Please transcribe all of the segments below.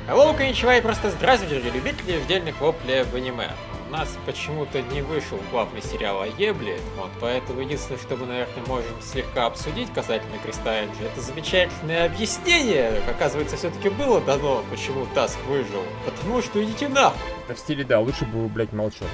Hello, коничева и просто здравствуйте, любители вдельных воплей в аниме. У нас почему-то не вышел главный сериал о Ебле, вот, поэтому единственное, что мы, наверное, можем слегка обсудить касательно Креста Энджи, это замечательное объяснение, оказывается, все-таки было дано, почему Таск выжил. Потому что идите нахуй. Это в стиле, да, лучше бы вы, блядь, молчал.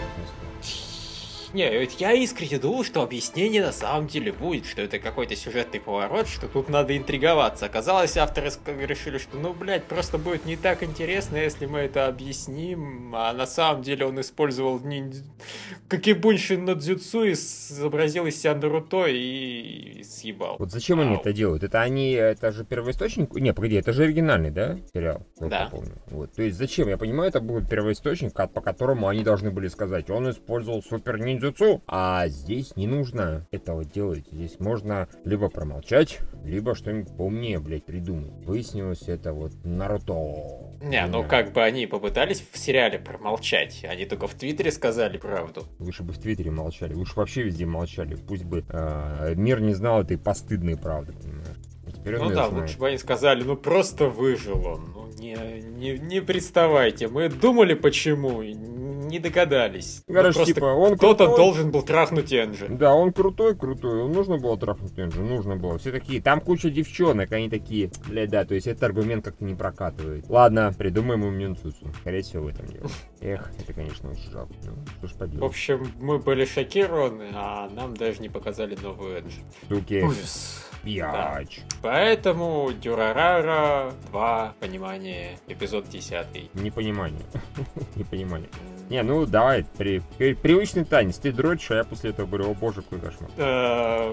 Не, ведь я искренне думал, что объяснение на самом деле будет, что это какой-то сюжетный поворот, что тут надо интриговаться. Оказалось, авторы решили, что, ну, блядь, просто будет не так интересно, если мы это объясним. А на самом деле он использовал Какибунши но дзюцу, изобразил из себя Наруто и съебал. Вот зачем они это делают? Это же первоисточник? Не, погоди, это же оригинальный, да, сериал? Да. Вот, то есть зачем? Я понимаю, это был первоисточник, по которому они должны были сказать, он использовал супер ниндзюцу, а здесь не нужно этого делать. Здесь можно либо промолчать, либо что-нибудь поумнее, блядь, придумать. Выяснилось это вот Наруто. Не, ну как бы они попытались в сериале промолчать, они только в Твиттере сказали правду. Лучше бы в Твиттере молчали, лучше вообще везде молчали. Пусть бы мир не знал этой постыдной правды, понимаешь? Ну да, лучше бы они сказали, ну просто выжил он. Ну не представайте, мы думали почему, не догадались. Короче, типа, он кто-то крутой. должен был трахнуть Энджи. Да, он крутой, нужно было трахнуть Энджи, нужно было. Все такие, там куча девчонок, они такие, блядь, да, то есть этот аргумент как-то не прокатывает. Ладно, придумаем им Нинцуцу. Скорее всего, в этом дело. Эх, это, конечно, очень жалко. Ну, что ж поделать. В общем, мы были шокированы, а нам даже не показали новую Энджи. Суки. Ужас. Пьяч. Да. Поэтому Дюрарара 2, понимание, эпизод 10. Непонимание. Непонимание. Не, ну давай, привычный танец. Ты дрочишь, а я после этого говорю, о боже, какой кошмар.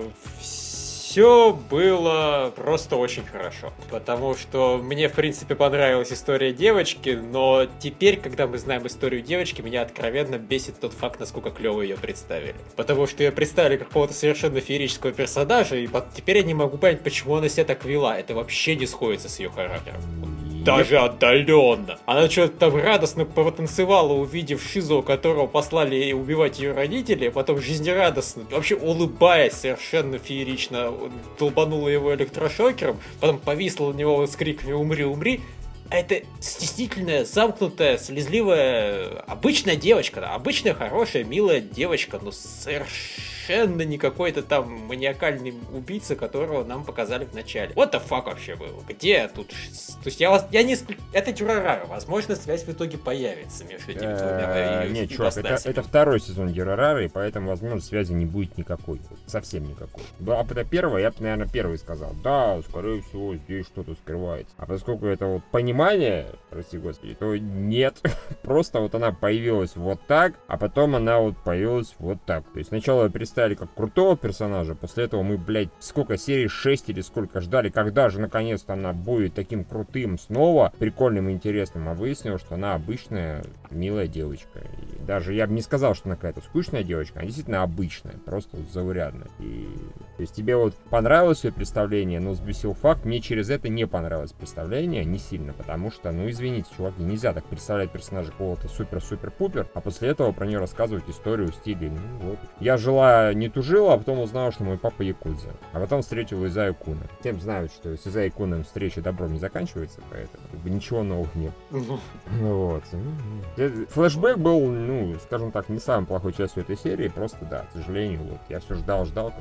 Все было просто очень хорошо. Потому что мне, в принципе, понравилась история девочки, но теперь, когда мы знаем историю девочки, меня откровенно бесит тот факт, насколько клево ее представили. Потому что ее представили как какого-то совершенно феерического персонажа, и теперь я не могу понять, почему она себя так вела. Это вообще не сходится с ее характером. Даже отдаленно. Она что-то там радостно потанцевала, увидев Шизо, у которого послали убивать ее родители, а потом жизнерадостно, вообще улыбаясь совершенно феерично, долбанула его электрошокером, потом повисла на него с криками «Умри, умри!». А это стеснительная, замкнутая, слезливая, обычная девочка, да, обычная, хорошая, милая девочка, но совершенно не какой-то там маниакальный убийца, которого нам показали в начале. What the fuck вообще было? Где тут? То есть я не... Это Дюрарара, возможно, связь в итоге появится между этими двумя. Нет, чувак, это второй сезон Дюрарары, и поэтому, возможно, связи не будет никакой. Совсем никакой. Была бы это первая, я бы, наверное, первый сказал. Да, скорее всего, здесь что-то скрывается. А поскольку это вот понимание, прости господи, то нет. Просто вот она появилась вот так, а потом она вот появилась вот так. То есть сначала ее представили как крутого персонажа, после этого мы, блядь, сколько серий, 6 или сколько ждали, когда же наконец-то она будет таким крутым снова, прикольным и интересным, а выяснилось, что она обычная, милая девочка. И даже я бы не сказал, что она какая-то скучная девочка, она действительно обычная, просто вот заурядная. И то есть тебе вот понравилось ее представление, но взбесил факт, мне через это не понравилось представление, не сильно, потому что, ну извините, чуваки, нельзя так представлять персонажа какого-то супер-супер-пупер, а после этого про нее рассказывать историю в стиле, ну вот. Я жила, не тужила, а потом узнала, что мой папа якудза, а потом встретил Изаю Куна. Всем знают, что с Изаей Куном встреча добром не заканчивается, поэтому как бы ничего нового нет. Вот. Флэшбэк был, ну, скажем так, не самой плохой частью этой серии, просто да, к сожалению, вот. Я все ждал,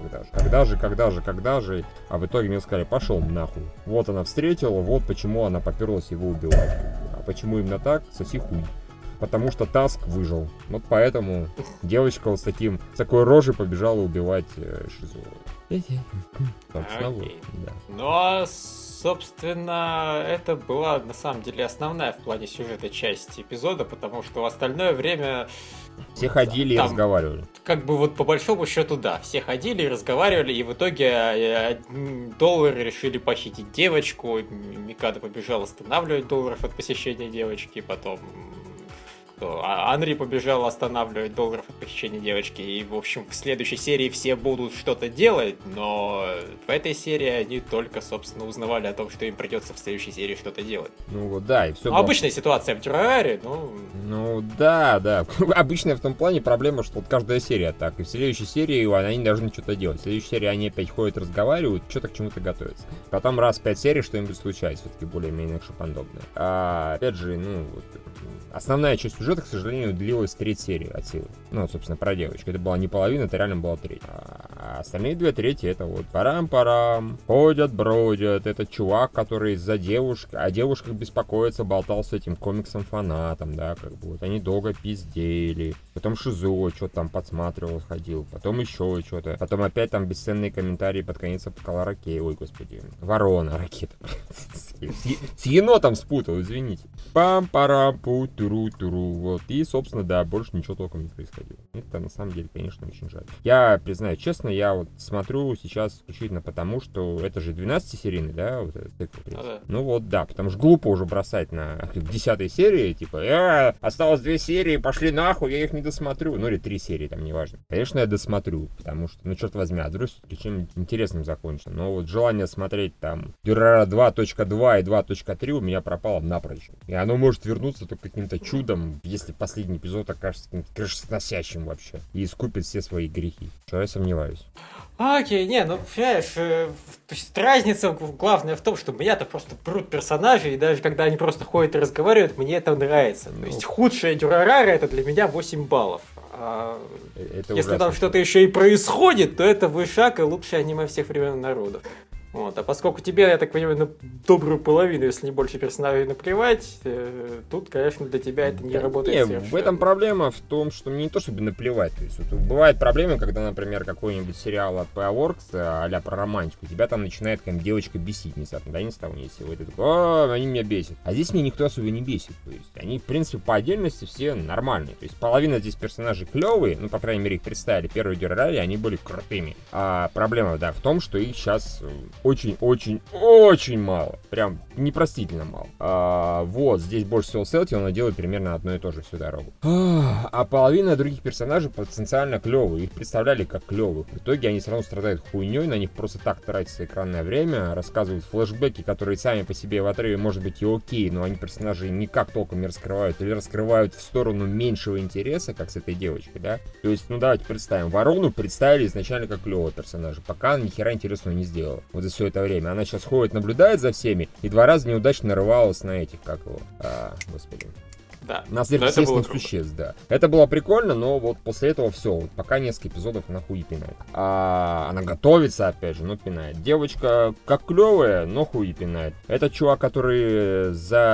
когда же, а в итоге мне сказали, пошел нахуй. Вот она встретила, вот почему она поперлась его убивать. А почему именно так? Соси хуй. Потому что Таск выжил. Вот поэтому девочка вот с такой рожей побежала убивать Шизу. Собственно, вот, да. Ну а, собственно, это была на самом деле основная в плане сюжета часть эпизода, потому что в остальное время... Все ходили и разговаривали. Как бы вот по большому счету, да, все ходили и разговаривали, и в итоге доллары решили похитить девочку, Микадо побежал останавливать долларов от посещения девочки, потом Анри побежал останавливать долларов от похищения девочки, и, в общем, в следующей серии все будут что-то делать, но в этой серии они только, собственно, узнавали о том, что им придется в следующей серии что-то делать. Ну вот, да, и все. Обычная ситуация в Дюрараре, Ну да. Обычная в том плане проблема, что вот каждая серия так, и в следующей серии они должны что-то делать. В следующей серии они опять ходят, разговаривают, что-то к чему-то готовятся. Потом раз в 5 серий что-нибудь случается, все-таки более-менее экшоподобное. Опять же, основная часть сюжета, к сожалению, длилась треть серии от силы. Ну, собственно, про девочку. Это была не половина, это реально была треть. А остальные 2/3 это вот парам-парам, ходят, бродят. Это чувак, который из-за девушки, о девушках беспокоится, болтал с этим комиксом-фанатом, да, как бы вот они долго пиздели. Потом Шизо что-то там подсматривал, ходил. Потом еще что-то. Потом опять там бесценные комментарии под конец по Ракея. Ой, господи. Ворона, ракета. С енотом спутал, извините. Пам-парам-пу-туру-туру. Вот. И, собственно, да, больше ничего толком не происходило. Это, на самом деле, конечно, очень жаль. Я признаю честно, я вот смотрю сейчас исключительно потому, что это же 12-серийный, да, вот этот цикл. Ну вот, да, потому что глупо уже бросать на 10-й серии, типа, осталось 2 серии, пошли нахуй, я их не досмотрю. Ну или 3 серии, там, неважно. Конечно, я досмотрю, потому что, черт возьми, а вдруг все-таки чем-нибудь интересным закончится. Но вот желание смотреть там Дюрарара 2.2 и 2.3 у меня пропало напрочь. И оно может вернуться только каким-то чудом, если последний эпизод окажется каким-то крышесносящим вообще. И искупит все свои грехи. Что я сомневаюсь. Окей, понимаешь, то есть разница главная в том, что меня-то просто прут персонажи, и даже когда они просто ходят и разговаривают, мне это нравится. То есть худшая Дюрарара это для меня 8 баллов. Если там что-то еще и происходит, то это вышаг и лучшее аниме всех времен народов. Вот. А поскольку тебе, я так понимаю, на добрую половину, если не больше персонажей наплевать, тут, конечно, для тебя это не работает совершенно. В этом проблема в том, что мне не то чтобы наплевать. То есть, вот, бывают проблемы, когда, например, какой-нибудь сериал от Powerworks, а-ля про романтику, тебя там начинает какая-нибудь девочка бесить внезапно, да, ни с того ни с сего. И ты такой, они меня бесят. А здесь меня никто особо не бесит. То есть, они, в принципе, по отдельности все нормальные. То есть, половина здесь персонажей клевые, по крайней мере, их представили. Первые Дюрарари, они были крутыми. А проблема, да, в том, что их сейчас очень мало. Прям непростительно мало. Вот, здесь больше всего Селти, он делает примерно одно и то же всю дорогу. А половина других персонажей потенциально клевые. Их представляли как клевых. В итоге они все равно страдают хуйней, на них просто так тратится экранное время, рассказывают флешбеки, которые сами по себе в отрыве, может быть, и окей, но они персонажей никак толком не раскрывают или раскрывают в сторону меньшего интереса, как с этой девочкой, да? То есть, давайте представим. Ворону представили изначально как клевого персонажа, пока она ни хера интересного не сделала. Вот за все это время. Она сейчас ходит, наблюдает за всеми и 2 раза неудачно нарывалась на этих, как его, господи. Да. На сверхъестественных существ, да. Это было прикольно, но вот после этого все. Вот пока несколько эпизодов она хуй пинает. Она готовится, опять же, но пинает. Девочка как клевая, но хуй пинает. Этот чувак, который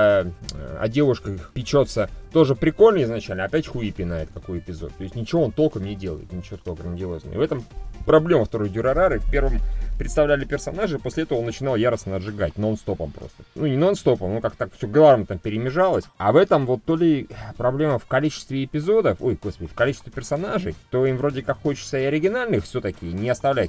о девушках печется, тоже прикольный изначально, опять хуй пинает какой эпизод. То есть ничего он толком не делает, ничего такого грандиозного. И в этом проблема второй Дюрарары. В первом представляли персонажа, после этого он начинал яростно отжигать, нон-стопом просто. Не нон-стопом, как так все главное там перемежалось. А в этом вот то ли проблема в количестве эпизодов, в количестве персонажей, то им вроде как хочется и оригинальных все-таки не оставлять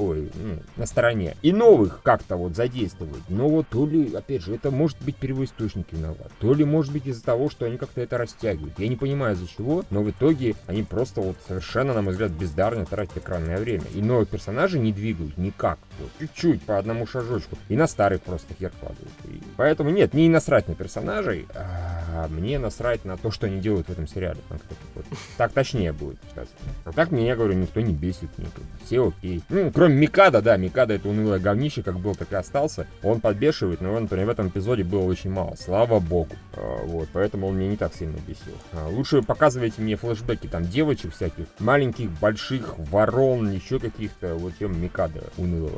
на стороне. И новых как-то вот задействовать. Но вот то ли, опять же, это может быть первоисточник виноват, то ли может быть из-за того, что они как-то это растягивают. Я не понимаю из-за чего, но в итоге они просто вот совершенно, на мой взгляд, бездарно тратят экранное время. И новых персонажей не двигают никак. Вот, чуть-чуть, по одному шажочку. И на старых просто хер кладут. И поэтому нет, мне не насрать на персонажей, а мне насрать на то, что они делают в этом сериале. Так точнее будет сказать. А так меня, говорю, никто не бесит. Все окей. Кроме Микада, да, Микада это унылое говнище, как был, так и остался. Он подбешивает, но, например, в этом эпизоде было очень мало. Слава богу. Вот, поэтому он меня не так сильно бесил. Лучше показывайте мне флешбеки там девочек всяких, маленьких, больших, ворон, еще каких-то, вот чем Микада унылого.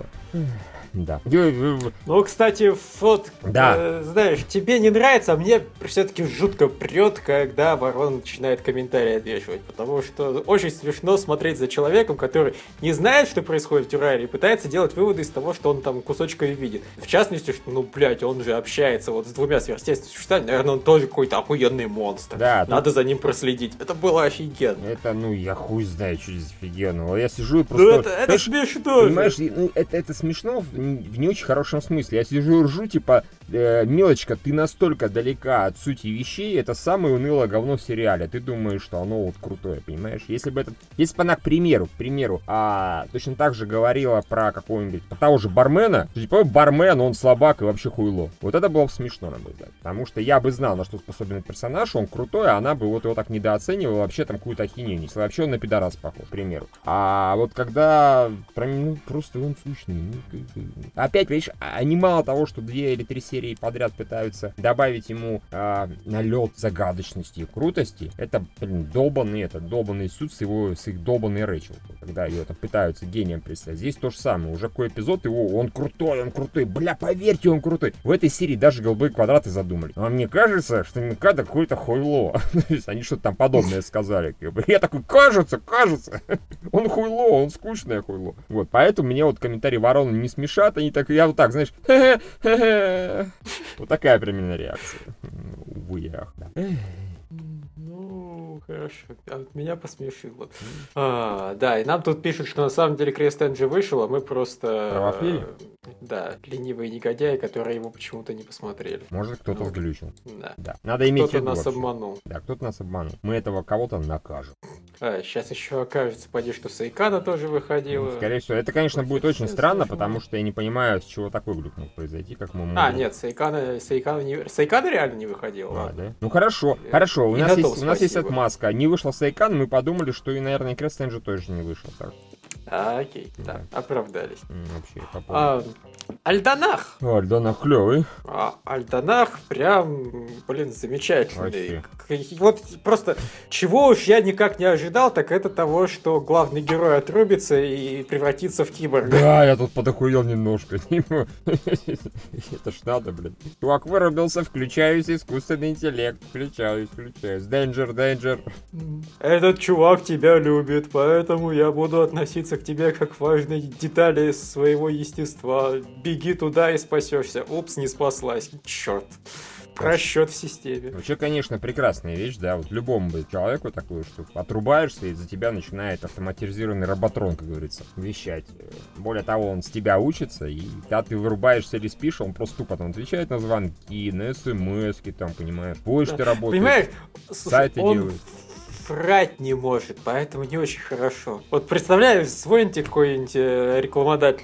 Да. Кстати, вот, да. Знаешь, тебе не нравится, а мне все-таки жутко прет, когда Ворон начинает комментарии отвешивать, потому что очень смешно смотреть за человеком, который не знает, что происходит в Дюрараре, и пытается делать выводы из того, что он там кусочками видит. В частности, что, он же общается вот с 2 сверхъестественными существами, наверное, он тоже какой-то охуенный монстр. Да, надо за ним проследить. Это было офигенно. Это, я хуй знаю, что здесь офигенного. Я сижу и просто... Это смешно. Понимаешь, это смешно в не очень хорошем смысле. Я сижу и ржу, типа, мелочка, ты настолько далека от сути вещей, это самое унылое говно в сериале. Ты думаешь, что оно вот крутое, понимаешь? Если бы она, к примеру, точно так же говорила про какого-нибудь, про того же бармена, что, типа, бармен, он слабак и вообще хуйло. Вот это было бы смешно, на мой взгляд. Потому что я бы знал, на что способен этот персонаж, он крутой, а она бы вот его так недооценивала, вообще там какую-то ахинею несла. Вообще он на пидорас похож, к примеру. А вот когда, просто он скучный. Опять, понимаешь, они мало того, что 2 или 3 серии подряд пытаются добавить ему налет загадочности и крутости, это, долбанный суд с их долбанной Рэйчел, когда ее там пытаются гением представить. Здесь то же самое, уже какой эпизод его, он крутой, бля, поверьте, он крутой. В этой серии даже голубые квадраты задумали. А мне кажется, что Микадо какое-то хуйло. Они что-то там подобное сказали. Я такой, кажется, он хуйло, он скучное хуйло. Вот, поэтому мне вот комментарии Вороны не смешат, они так, я вот так, знаешь, вот такая примерно реакция. Увы, ах, да. Ну, хорошо. А вот меня посмешило. Да, и нам тут пишут, что на самом деле Крест Энджи вышел, а мы просто... Кровофили? Да, ленивые негодяи, которые его почему-то не посмотрели. Может, кто-то сглючил. Да. Надо иметь в виду Кто-то нас вообще. обманул. Да, кто-то нас обманул. Мы этого кого-то накажем. Сейчас еще окажется, поди, что Сайкана тоже выходила. Скорее всего. Это, конечно, будет очень Сейчас странно, сложно. потому что я не понимаю, с чего такой глюк мог произойти, как мы можем... Нет, Сайкана реально не выходила. Ладно. Да? Ну хорошо. У Не нас готов, есть спасибо. отмазка. Не вышла Сайкан, мы подумали, что и, наверное, Крест Энджи тоже не вышел. Так. Окей, да, оправдались. Вообще, по поводу. Альданах! Альданах клевый. Альданах прям, замечательный. Вообще. Вот просто, чего уж я никак не ожидал, так это того, что главный герой отрубится и превратится в киборга. Да, я тут подохуел немножко. Это ж надо, блин. Чувак вырубился, включаюсь, искусственный интеллект. Включаюсь. Danger. Этот чувак тебя любит, поэтому я буду относиться к тебе как к важной детали своего естества. Беги туда и спасешься. Упс, не спаслась. Черт. Просчет в системе. Вообще, конечно, прекрасная вещь, да, вот любому бы человеку такую, что отрубаешься, и за тебя начинает автоматизированный роботрон, как говорится, вещать. Более того, он с тебя учится, и когда ты вырубаешься или спишь, он просто тупо там отвечает на звонки, на смс-ки, там, понимаешь, почты работают, понимаешь, сайты делают. Врать не может, поэтому не очень хорошо. Вот представляешь, звоните какой-нибудь рекламодатель,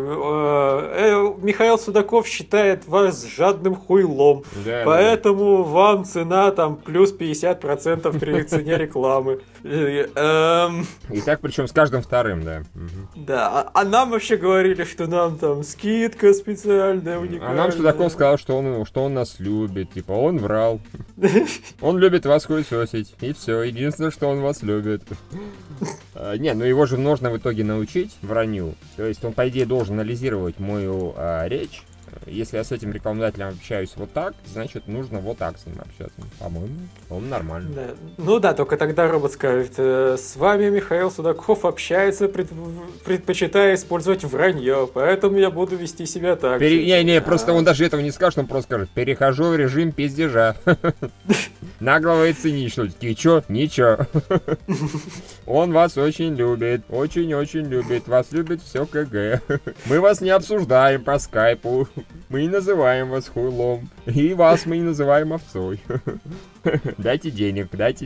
Михаил Судаков считает вас жадным хуйлом, Да, поэтому вам цена там плюс 50% при цене рекламы. И так, причем с каждым вторым, да. Да, а нам вообще говорили, что нам там скидка специальная, уникальная. А нам Судаков сказал, что он нас любит, типа, он врал. Он любит вас хуесосить, и все, единственное, что он вас любит. Не, ну его же нужно в итоге научить вранью. То есть он, по идее, должен анализировать мою речь. Если я с этим рекламодателем общаюсь вот так, значит, нужно вот так с ним общаться. По-моему, он нормально. Да. Ну да, только тогда робот скажет, с вами Михаил Судаков общается, предпочитая использовать вранье, поэтому я буду вести себя так. Просто он даже этого не скажет, он просто скажет, перехожу в режим пиздежа. Наглого и цинично. Такие, чё? Ничего. Он вас очень любит, очень-очень любит, вас любит все КГ. Мы вас не обсуждаем по скайпу. Мы не называем вас хуйлом. И вас мы не называем овцой. Дайте денег.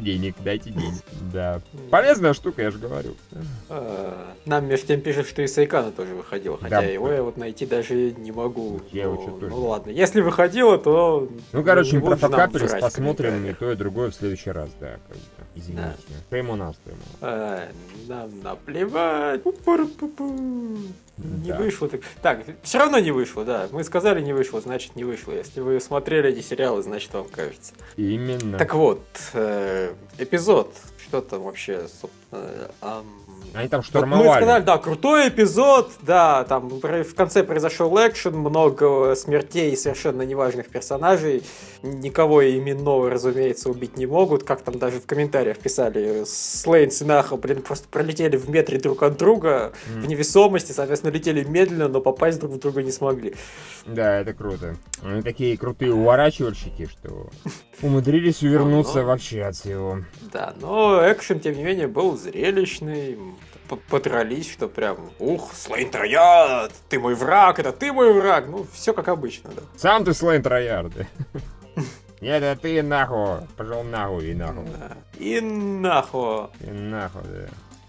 Да. Полезная штука, я же говорю. Нам между тем пишут, что и Сайкана тоже выходила. Хотя Да. его я вот найти даже не могу. Я его чё-то тоже. Ну ладно, если выходила, то... Ну, короче, не мы будешь нам профокапились, врать в посмотрим и комментариях. то, и другое в следующий раз, да. Извините. Shame on us, Нам наплевать. Пу-пу-пу-пу. Не Да. вышло. Так, все равно не вышло, да. Мы сказали не вышло, значит не вышло. Если вы смотрели эти сериалы, значит вам кажется. Именно. Так вот, эпизод. Что там вообще, собственно... Они там Вот мы штурмовали. сказали, да, крутой эпизод, да, там в конце произошел экшен, много смертей совершенно неважных персонажей, никого именного, разумеется, убить не могут, как там даже в комментариях писали, Слейнс и Наха, просто пролетели в метре друг от друга, в невесомости, соответственно, летели медленно, но попасть друг в друга не смогли. Да, это круто. Они такие крутые уворачивальщики, что умудрились увернуться вообще от всего. Да, но экшен, тем не менее, был зрелищный, подрались, что прям, Слейн Троярд, ты мой враг, это ты мой враг, ну, все как обычно, да. Сам ты Слейн Троярд. Нет, это ты нахуй, пошел нахуй и нахуй. И нахуй. И нахуй, да.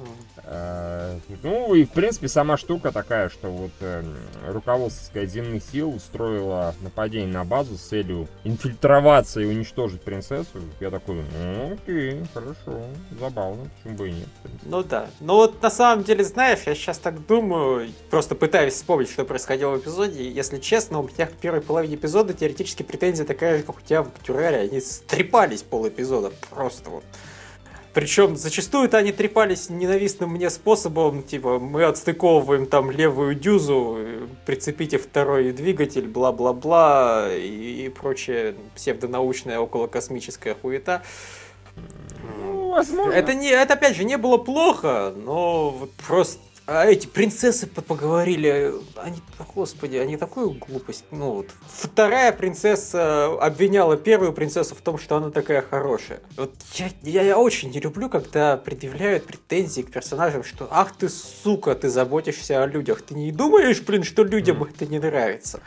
Ну и в принципе сама штука такая, что вот руководство, сказать, земных сил устроило нападение на базу с целью инфильтроваться и уничтожить принцессу. Я такой, окей, хорошо, забавно, почему бы и нет. Ну да, но вот на самом деле, знаешь, я сейчас так думаю, просто пытаюсь вспомнить, что происходило в эпизоде, если честно, у меня в первой половине эпизода теоретически претензия такая же, как у тебя в Тюрале, они стрепались полэпизода, просто вот. Причем зачастую-то они трепались ненавистным мне способом, типа мы отстыковываем там левую дюзу, прицепите второй двигатель, бла-бла-бла и прочее псевдонаучная околокосмическая хуета. Ну, возможно. Это опять же не было плохо, но вот просто... А эти принцессы поговорили, они, господи, они такую глупость, ну вот. Вторая принцесса обвиняла первую принцессу в том, что она такая хорошая. Вот я очень не люблю, когда предъявляют претензии к персонажам, что ах ты сука, ты заботишься о людях, ты не думаешь, блин, что людям это не нравится.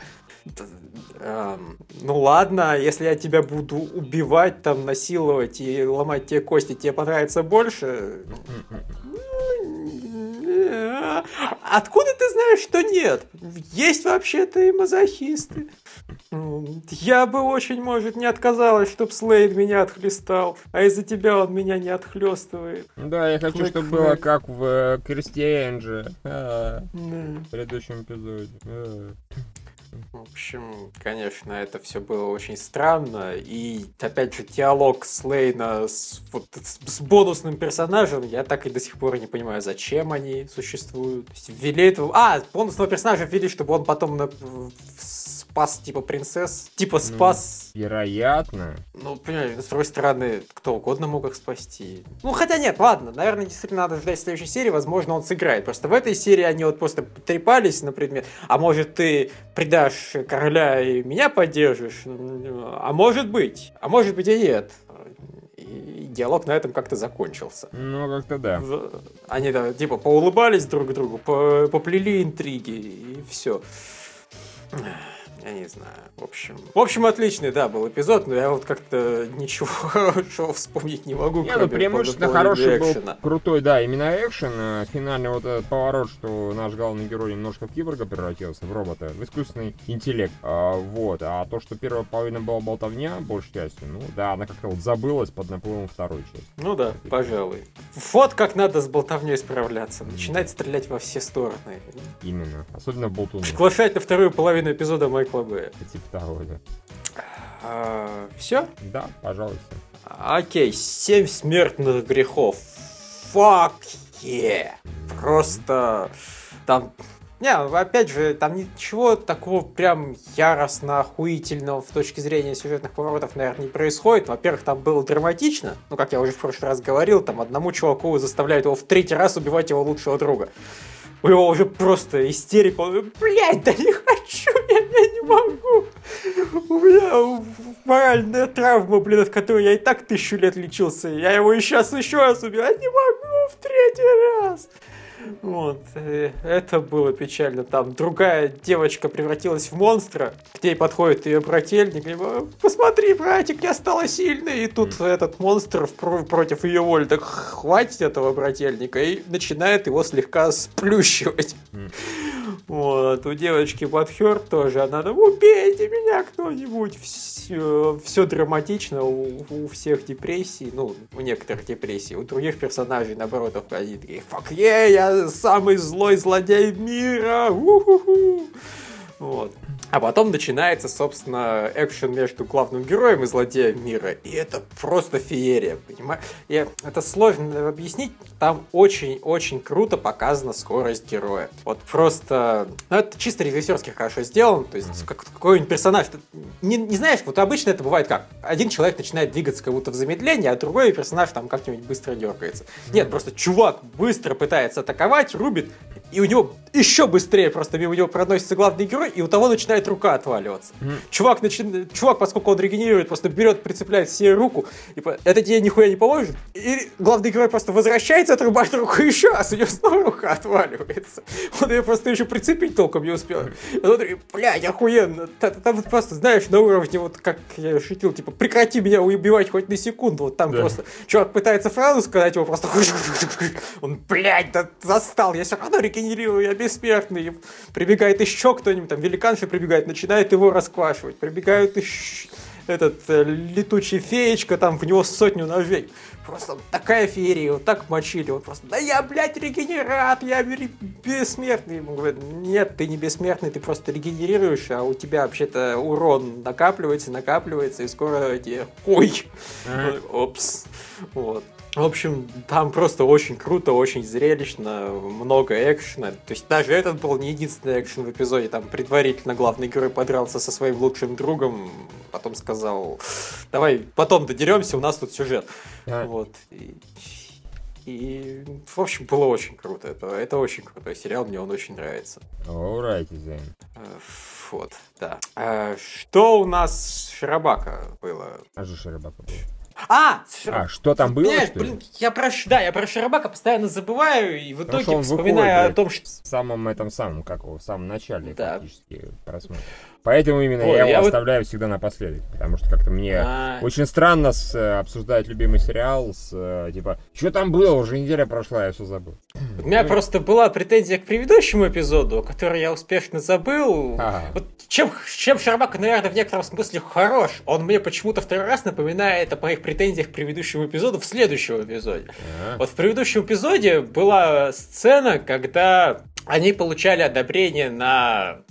Ну ладно, если я тебя буду убивать, там, насиловать и ломать тебе кости, тебе понравится больше? Откуда ты знаешь, что нет? Есть вообще-то и мазохисты. Я бы очень, может, не отказалась, чтоб Слейд меня отхлестал, а из-за тебя он меня не отхлестывает. Да, я хочу, чтобы было как в Кристианже в предыдущем эпизоде. В общем, конечно, это все было очень странно. И, опять же, диалог Слейна с бонусным персонажем, я так и до сих пор не понимаю, зачем они существуют. То есть, ввели этого... бонусного персонажа ввели, чтобы он потом спас, типа, принцесс. Типа, спас... Вероятно. Ну, понимаешь, с другой стороны, кто угодно мог их спасти. Ну, хотя нет, ладно, наверное, действительно надо ждать следующей серии, возможно, он сыграет. Просто в этой серии они вот просто трепались на предмет, а может, ты предашь короля и меня поддержишь, а может быть и нет. И диалог на этом как-то закончился. Ну, как-то да. Они, да, типа, поулыбались друг другу, поплели интриги, и все. Я не знаю. В общем, отличный, да, был эпизод, но я вот как-то ничего хорошего вспомнить не могу. Не, ну преимущественно хороший был, крутой, да, именно экшен. Финальный вот этот поворот, что наш главный герой немножко в киборга превратился, в робота, в искусственный интеллект. А то, что первая половина была болтовня, большей частью, ну да, она как-то вот забылась под наплывом второй части. Ну да, пожалуй. Вот как надо с болтовней справляться. Начинать стрелять во все стороны. Именно. Особенно в болтуны. Приглашать на вторую половину эпизода Майкла Бэя. Типа того, да. Все? Да, пожалуйста. Окей, 7 смертных грехов. Fuck yeah! Просто там... Не, опять же, там ничего такого прям яростно охуительного с точки зрения сюжетных поворотов, наверное, не происходит. Во-первых, там было драматично, ну, как я уже в прошлый раз говорил, там одному чуваку заставляют его в 3-й раз убивать его лучшего друга. У него уже просто истерика, он, блядь, да не хочу, я не могу. У меня моральная травма, блин, от которой я и так 1000 лет лечился. Я его и сейчас еще раз убивать не могу в 3-й раз. Вот, это было печально. Там другая девочка превратилась в монстра, к ней подходит ее брательник, и говорит, посмотри, братик, я стала сильной. И тут этот монстр против ее воли так хватит этого брательника и начинает его слегка сплющивать. Вот, у девочки подхёрт тоже, она там, убейте меня кто-нибудь. Все драматично, у всех депрессий, ну, у некоторых депрессий, у других персонажей, наоборот, они такие, fuck yeah, я самый злой злодей мира, у-ху-ху. Вот. А потом начинается, собственно, экшен между главным героем и злодеем мира. И это просто феерия, понимаешь? И это сложно объяснить. Там очень-очень круто показана скорость героя. Вот просто... Ну, это чисто режиссерски хорошо сделано. То есть, какой-нибудь персонаж... Не знаешь, вот обычно это бывает как? Один человек начинает двигаться как будто в замедлении, а другой персонаж там как-нибудь быстро дергается. Нет, просто чувак быстро пытается атаковать, рубит, и у него еще быстрее просто мимо него проносится главный герой, и у того начинает рука отваливаться. Чувак, поскольку он регенерирует, просто берет, прицепляет себе руку, и это тебе нихуя не поможет, и главный герой просто возвращается, отрубает руку еще раз, у него снова рука отваливается. Он ее просто еще прицепить толком не успел. И он говорит, блядь, охуенно. Там вот просто, знаешь, на уровне, вот как я шутил, типа, прекрати меня убивать хоть на секунду. Вот там просто чувак пытается фразу сказать, его просто он, блядь, да застал, я все равно регенерирую, я бессмертный. Прибегает еще кто-нибудь, там великанша прибегает, начинает его расквашивать. Прибегают еще летучий феечка, там в него 100 ножей. Просто такая феерия, вот так мочили. Он просто, да я, блядь, регенерат, я бессмертный. Ему говорят, нет, ты не бессмертный, ты просто регенерируешь, а у тебя вообще-то урон накапливается, и скоро тебе... Ой! Опс. Вот. В общем, там просто очень круто, очень зрелищно, много экшена. То есть даже этот был не единственный экшен в эпизоде. Там предварительно главный герой подрался со своим лучшим другом, потом сказал, давай потом додеремся, у нас тут сюжет. Вот. И, в общем, было очень круто. Это очень крутой сериал, мне он очень нравится. Alright, then. Вот, да. Что у нас с Широбака было? А же Широбака было? Что там было? Блин, я про Широбака постоянно забываю и в итоге вспоминаю о том, что... В самом начале фактически просмотра. Поэтому именно я его оставляю всегда напоследок, потому что как-то мне очень странно обсуждать любимый сериал с типа, что там было, уже неделя прошла, я все забыл. У меня просто была претензия к предыдущему эпизоду, который я успешно забыл. Вот чем Широбака, наверное, в некотором смысле хорош, он мне почему-то второй раз напоминает о моих претензиях к предыдущему эпизоду в следующем эпизоде. Вот в предыдущем эпизоде была сцена, когда они получали одобрение на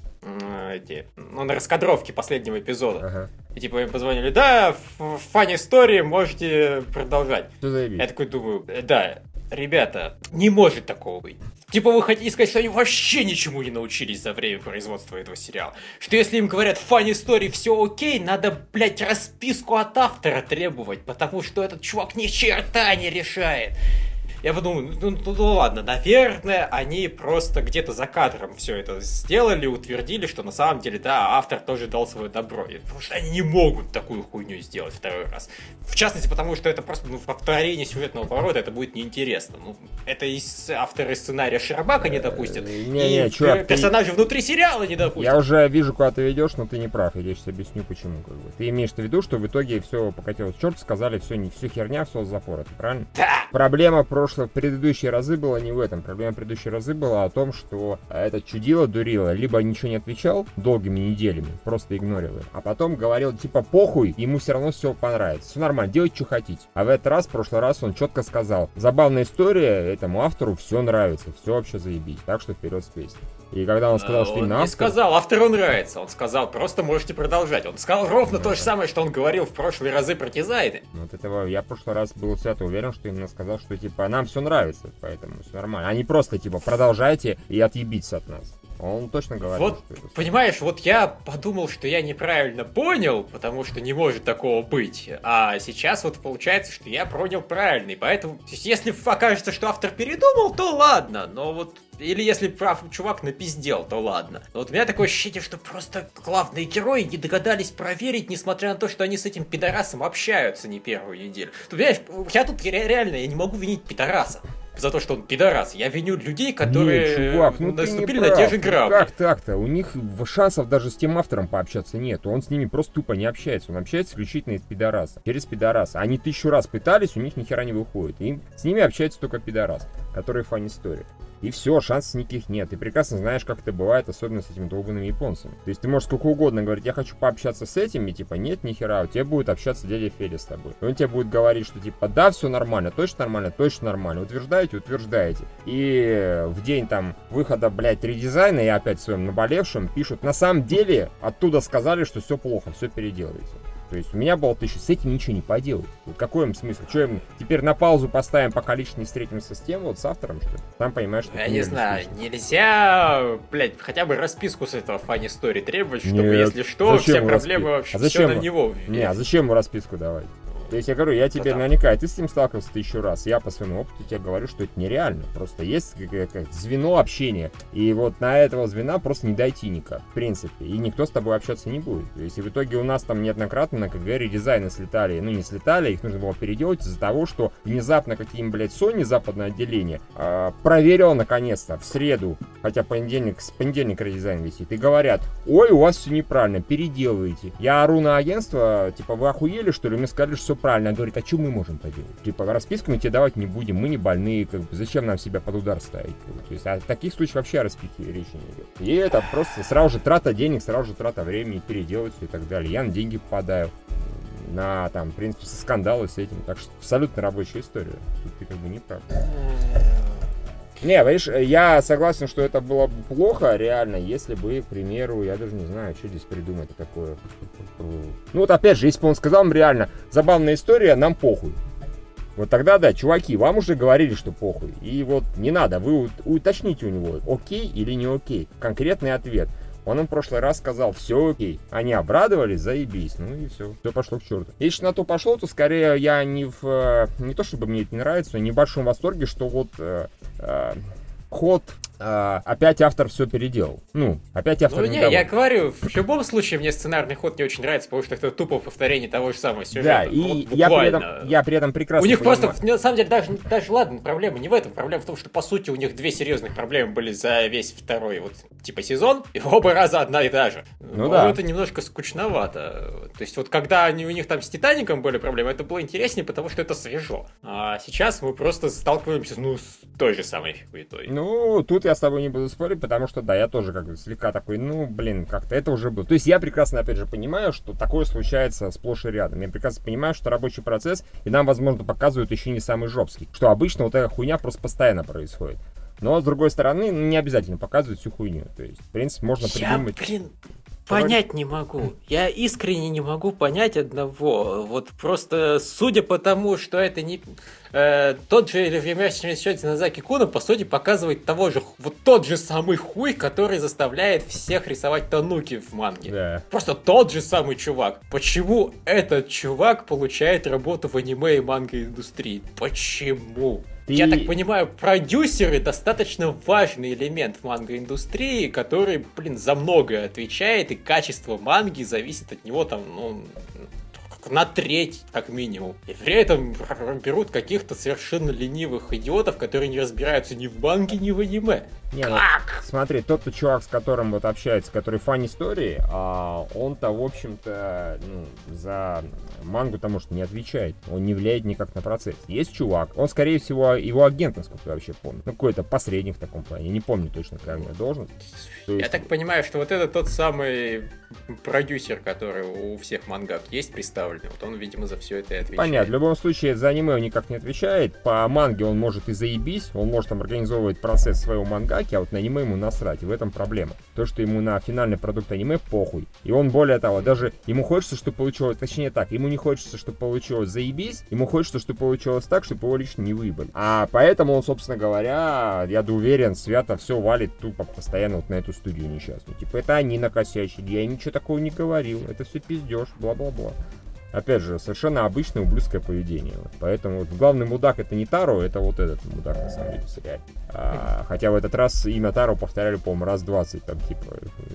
раскадровке последнего эпизода. И типа им позвонили, да, в фан-истории можете продолжать. Я такой думаю, да, ребята, не может такого быть. Типа вы хотите сказать, что они вообще ничему не научились за время производства этого сериала? Что если им говорят в фан-истории все окей, надо, блядь, расписку от автора требовать, потому что этот чувак ни черта не решает. Я подумал, ну ладно, наверное, они просто где-то за кадром все это сделали, утвердили, что на самом деле, да, автор тоже дал свое добро. Потому что они не могут такую хуйню сделать второй раз. В частности, потому что это просто повторение сюжетного поворота, это будет неинтересно. Это авторы сценария Широбака не допустят, чувак, персонажи внутри сериала не допустят. Я уже вижу, куда ты ведешь, но ты не прав, я сейчас объясню, почему. Ты имеешь в виду, что в итоге все покатилось в черт, сказали, все херня, все запорото, правильно? Да! Проблема предыдущие разы была не в этом. Проблема предыдущие разы была о том, что этот чудило, дурило, либо ничего не отвечал долгими неделями, просто игнорил их, а потом говорил, типа, похуй, ему все равно все понравится. Все нормально, делайте, что хотите. А в этот раз, в прошлый раз, он четко сказал, забавная история, этому автору все нравится, все вообще заебись. Так что вперед с песней. И когда он сказал, что именно автор... Он не сказал, автору нравится, он сказал, просто можете продолжать. Он сказал ровно то же самое, что он говорил в прошлые разы про дизайны. Вот этого я в прошлый раз был свято уверен, что именно сказал, что типа нам все нравится, поэтому все нормально. А не просто типа продолжайте и отъебитесь от нас. Он точно говорил. Вот, понимаешь, вот я подумал, что я неправильно понял, потому что не может такого быть. А сейчас вот получается, что я понял правильно. И поэтому, если окажется, что автор передумал, то ладно. Но вот, или если чувак напиздел, то ладно. Но вот у меня такое ощущение, что просто главные герои не догадались проверить, несмотря на то, что они с этим пидорасом общаются не первую неделю. Ты понимаешь, я тут реально, я не могу винить пидораса за то, что он пидорас. Я виню людей, которые наступили на те же грабли. Как так-то? У них шансов даже с тем автором пообщаться нет. Он с ними просто тупо не общается. Он общается исключительно из пидораса. Через пидораса. Они 1000 раз пытались, у них ни хера не выходит. И с ними общается только пидорас, который фан-история. И все, шансов никаких нет. Ты прекрасно знаешь, как это бывает, особенно с этими долбанными японцами. То есть ты можешь сколько угодно говорить, я хочу пообщаться с этими, типа, нет, нихера, у тебя будет общаться дядя Федя с тобой. И он тебе будет говорить, что типа, да, все нормально, точно нормально. Утверждаете. И в день там выхода, блядь, редизайна, я опять своим наболевшим, пишут, на самом деле, оттуда сказали, что все плохо, все переделывайте. То есть у меня было с этим ничего не поделать. Вот какой им смысл? Что им теперь на паузу поставим, пока лично не встретимся с тем, вот с автором, что ли? Там понимаешь, что... Я не знаю, нельзя, блядь, хотя бы расписку с этого фан-истории требовать, чтобы, если что, все проблемы вообще все на него. Не, а зачем ему расписку давать? То есть я говорю, я тебе да. наверняка, ты с этим сталкивался 1000 раз, я по своему опыту тебе говорю, что это нереально. Просто есть звено общения, и вот на этого звена просто не дойти никак, в принципе, и никто с тобой общаться не будет. То есть и в итоге у нас там неоднократно на КГ редизайны слетали, ну не слетали, их нужно было переделать из-за того, что внезапно какие-нибудь, блядь, Sony, западное отделение, проверил наконец-то в среду, хотя с понедельника редизайн висит, и говорят, ой, у вас все неправильно, переделывайте. Я ору на агентство, типа, вы охуели, что ли? Мне сказали, что все правильно. Она говорит, а что мы можем поделать? Типа, расписку мы тебе давать не будем, мы не больные, как бы, зачем нам себя под удар ставить? То есть, о таких случаях вообще о расписке речи не идет. И это просто сразу же трата денег, сразу же трата времени, переделать все и так далее. Я на деньги попадаю. На, там, в принципе, со скандалы с этим. Так что абсолютно рабочая история. Тут ты как бы не прав. Не, видишь, я согласен, что это было бы плохо, реально, если бы, к примеру, я даже не знаю, что здесь придумать такое. Ну вот опять же, если бы он сказал нам реально, забавная история, нам похуй. Вот тогда, да, чуваки, вам уже говорили, что похуй. И вот не надо, вы уточните у него, окей или не окей. Конкретный ответ. Он им в прошлый раз сказал, все окей. Они обрадовались, заебись. Ну и все пошло к черту. Если на то пошло, то скорее я не то чтобы мне это не нравится, но не в большом восторге, что вот ход опять автор все переделал. Ну, опять автор не я говорю, в любом случае мне сценарный ход не очень нравится, потому что это тупо повторение того же самого сюжета. Да, и вот я при этом прекрасно у них понимаю. просто, на самом деле, даже ладно, проблема не в этом. Проблема в том, что, по сути, у них две серьезных проблемы были за весь второй, вот, типа, сезон, и оба раза одна и та же. Ну да. Это немножко скучновато. То есть, вот, когда у них там с Титаником были проблемы, это было интереснее, потому что это свежо. А сейчас мы просто сталкиваемся, с той же самой хуетой. Ну, тут я с тобой не буду спорить, потому что, да, я тоже как бы слегка такой, как-то это уже было. То есть я прекрасно, опять же, понимаю, что такое случается сплошь и рядом. Я прекрасно понимаю, что рабочий процесс, и нам, возможно, показывают еще не самый жесткий. Что обычно вот эта хуйня просто постоянно происходит. Но, с другой стороны, не обязательно показывать всю хуйню. То есть, в принципе, можно придумать... Понять не могу. Я искренне не могу понять одного. Вот просто судя по тому, что это не... тот же ремесленный счет Назаки Куна, по сути, показывает вот тот же самый хуй, который заставляет всех рисовать тануки в манге. Да. Просто тот же самый чувак. Почему этот чувак получает работу в аниме и манго индустрии? Почему? Я так понимаю, продюсеры достаточно важный элемент в манго-индустрии, который, за многое отвечает, и качество манги зависит от него там, на треть, как минимум. И при этом берут каких-то совершенно ленивых идиотов, которые не разбираются ни в манге, ни в аниме. Как? Смотри, тот чувак, с которым вот общается, который фан истории, он-то, в общем-то, за мангу-то, может, не отвечает. Он не влияет никак на процесс. Есть чувак, он, скорее всего, его агент, насколько я вообще помню. Какой-то посредник в таком плане. Не помню точно, какая у него должность. Я так понимаю, что вот это тот самый продюсер, который у всех мангак есть представленный. Вот он, видимо, за все это и отвечает. Понятно. В любом случае, за аниме он никак не отвечает. По манге он может и заебись. Он может там организовывать процесс своего мангаки, а вот на аниме ему насрать. И в этом проблема. То, что ему на финальный продукт аниме похуй. И он, более того, даже ему хочется, чтобы получилось, точнее так, ему не хочется, чтобы получилось заебись. Ему хочется, чтобы получилось так, чтобы его лично не выебали. А поэтому он, собственно говоря, я уверен, свято все валит тупо постоянно вот на эту студию несчастную. Типа, это они накосячили, я им ничего такого не говорил. Это все пиздеж, бла-бла-бла. Опять же, совершенно обычное ублюдское поведение. Поэтому вот главный мудак это не Таро, это вот этот мудак, на самом деле, в сериале. Хотя в этот раз имя Таро повторяли, по-моему, раз 20, там, типа...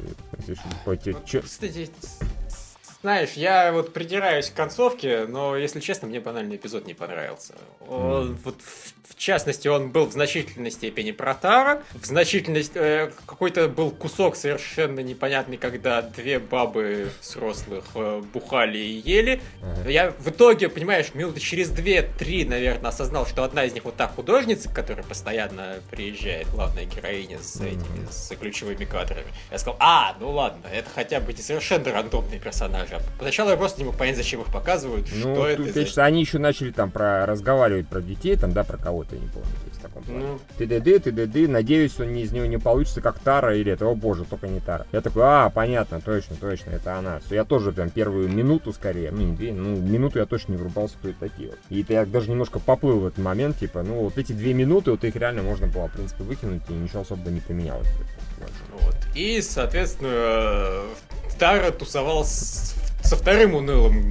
Кстати, знаешь, я вот придираюсь к концовке, но, если честно, мне банальный эпизод не понравился. Вот, в частности, он был в значительной степени про Таро, в значительной... какой-то был кусок совершенно непонятный, когда две бабы взрослых бухали и ели. Я в итоге, понимаешь, минуты через 2-3, наверное, осознал, что одна из них вот та художница, которая постоянно приезжает, главная героиня с ключевыми кадрами. Я сказал, ну ладно, это хотя бы не совершенно рандомные персонажи. Поначалу я просто не мог понять, зачем их показывают, что это. Конечно, они еще начали там разговаривать про детей, там, да, про кого-то, я не помню. То есть, в таком плане. ТДД, надеюсь, он из него не получится как Тара или это, о боже, только не Тара. Я такой, понятно, точно, это она. Все, я тоже прям первую минуту скорее, минуту я точно не врубался, кто это такие. Вот. И я даже немножко поплыл в этот момент, типа, вот эти 2 минуты, вот их реально можно было, в принципе, выкинуть, и ничего особо не поменялось. Вот. И, соответственно, Тара тусовал со вторым унылым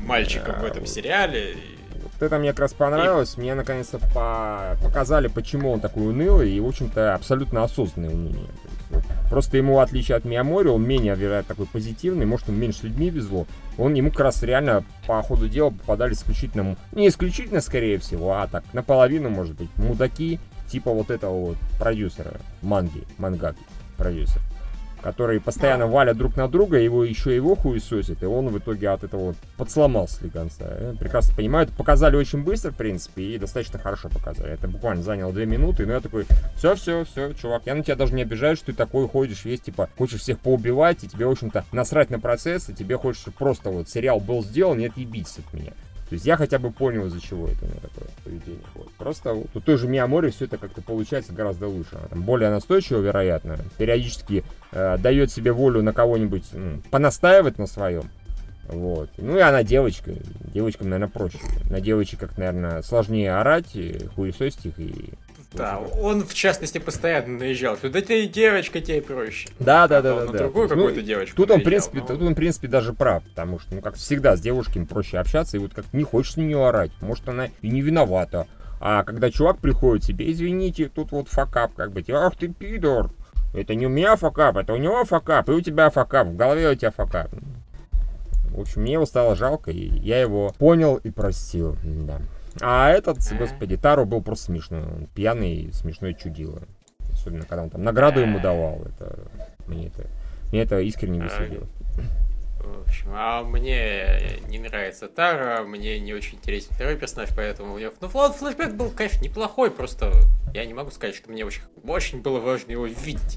мальчиком в этом сериале. Вот это мне как раз понравилось. Мне наконец-то показали, почему он такой унылый и, в общем-то, абсолютно осознанный уныние. Просто ему, в отличие от Миямори, он менее, вероятно, такой позитивный, может, ему меньше с людьми везло. Ему как раз реально по ходу дела попадали исключительно, не исключительно, скорее всего, а так, наполовину, может быть, мудаки, типа вот этого вот продюсера, мангаки, продюсер, которые постоянно валят друг на друга, его хуесосят, и он в итоге от этого вот подсломался слегонца. Прекрасно понимаю, это показали очень быстро, в принципе, и достаточно хорошо показали. Это буквально заняло 2 минуты, но я такой, все, чувак, я на тебя даже не обижаюсь, что ты такой ходишь весь, типа, хочешь всех поубивать, и тебе, в общем-то, насрать на процесс, и тебе хочется просто вот сериал был сделан, и отъебись от меня. То есть я хотя бы понял, из-за чего это у меня такое поведение. Вот. Просто вот, у той же Миямори все это как-то получается гораздо лучше. Она там более настойчиво, вероятно, периодически дает себе волю на кого-нибудь понастаивать на своем. Вот. Ну и она девочка. Девочкам, наверное, проще. На девочек, как, наверное, сложнее орать, хуесосить их и... Да, он, в частности, постоянно наезжал, что да ты девочка, тебе проще. Да. На другую какую-то девочку тут он, в принципе, даже прав, потому что, как всегда, с девушками проще общаться, и вот как не хочешь на нее орать, может, она и не виновата. А когда чувак приходит тебе, извините, тут вот факап, как бы, ах ты пидор, это не у меня факап, это у него факап, и у тебя факап, в голове у тебя факап. В общем, мне его стало жалко, и я его понял и простил, да. А этот, господи, Таро был просто смешной. Он пьяный, смешной чудило. Особенно, когда он там награду ему давал. Мне это искренне веселило. В общем, а мне не нравится Таро, мне не очень интересен второй персонаж, поэтому у него... Ну, флешбэк был, конечно, неплохой, просто я не могу сказать, что мне очень было важно его видеть.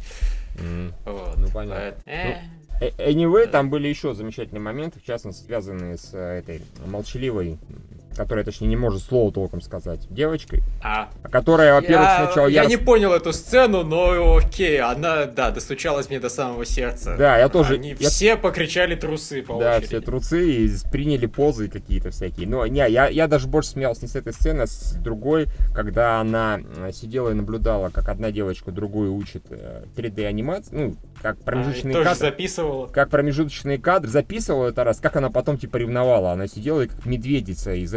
Вот. Ну, понятно. Anyway, там были еще замечательные моменты, в частности, связанные с этой молчаливой, которая, точнее, не может слова толком сказать, девочкой. Которая, во-первых, сначала... Я не понял эту сцену, но окей, она, да, достучалась мне до самого сердца. Да, я тоже... Все покричали трусы по очереди. Да, все трусы и приняли позы какие-то всякие. Но я даже больше смеялся не с этой сцены, а с другой, когда она сидела и наблюдала, как одна девочка другую учит 3D-анимацию, как промежуточные кадры. Записывала. Как промежуточные кадры записывала это раз, как она потом типа ревновала. Она сидела и как медведица из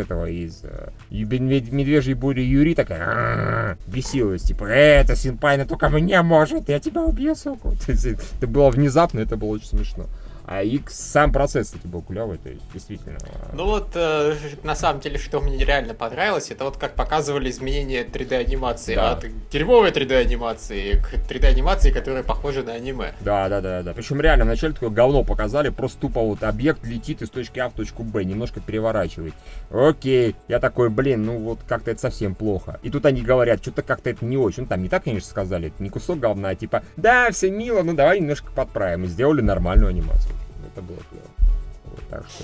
медвежьей бури Юри такая бесилась, типа, это синпай, только мне может, я тебя убью, сука. Это было внезапно, это было очень смешно. И сам процесс, кстати, был клевый, то есть, действительно. Ну вот, на самом деле, что мне реально понравилось, это вот как показывали изменения 3D-анимации от дерьмовой 3D-анимации к 3D-анимации, которая похожа на аниме. Да. Причем реально вначале такое говно показали, просто тупо вот объект летит из точки А в точку Б, немножко переворачивает. Окей, я такой, ну вот как-то это совсем плохо. И тут они говорят, что-то как-то это не очень. Ну там не так, конечно, сказали, это не кусок говна, а типа, да, все мило, ну давай немножко подправим. И сделали нормальную анимацию. Это было клево. Вот, так что...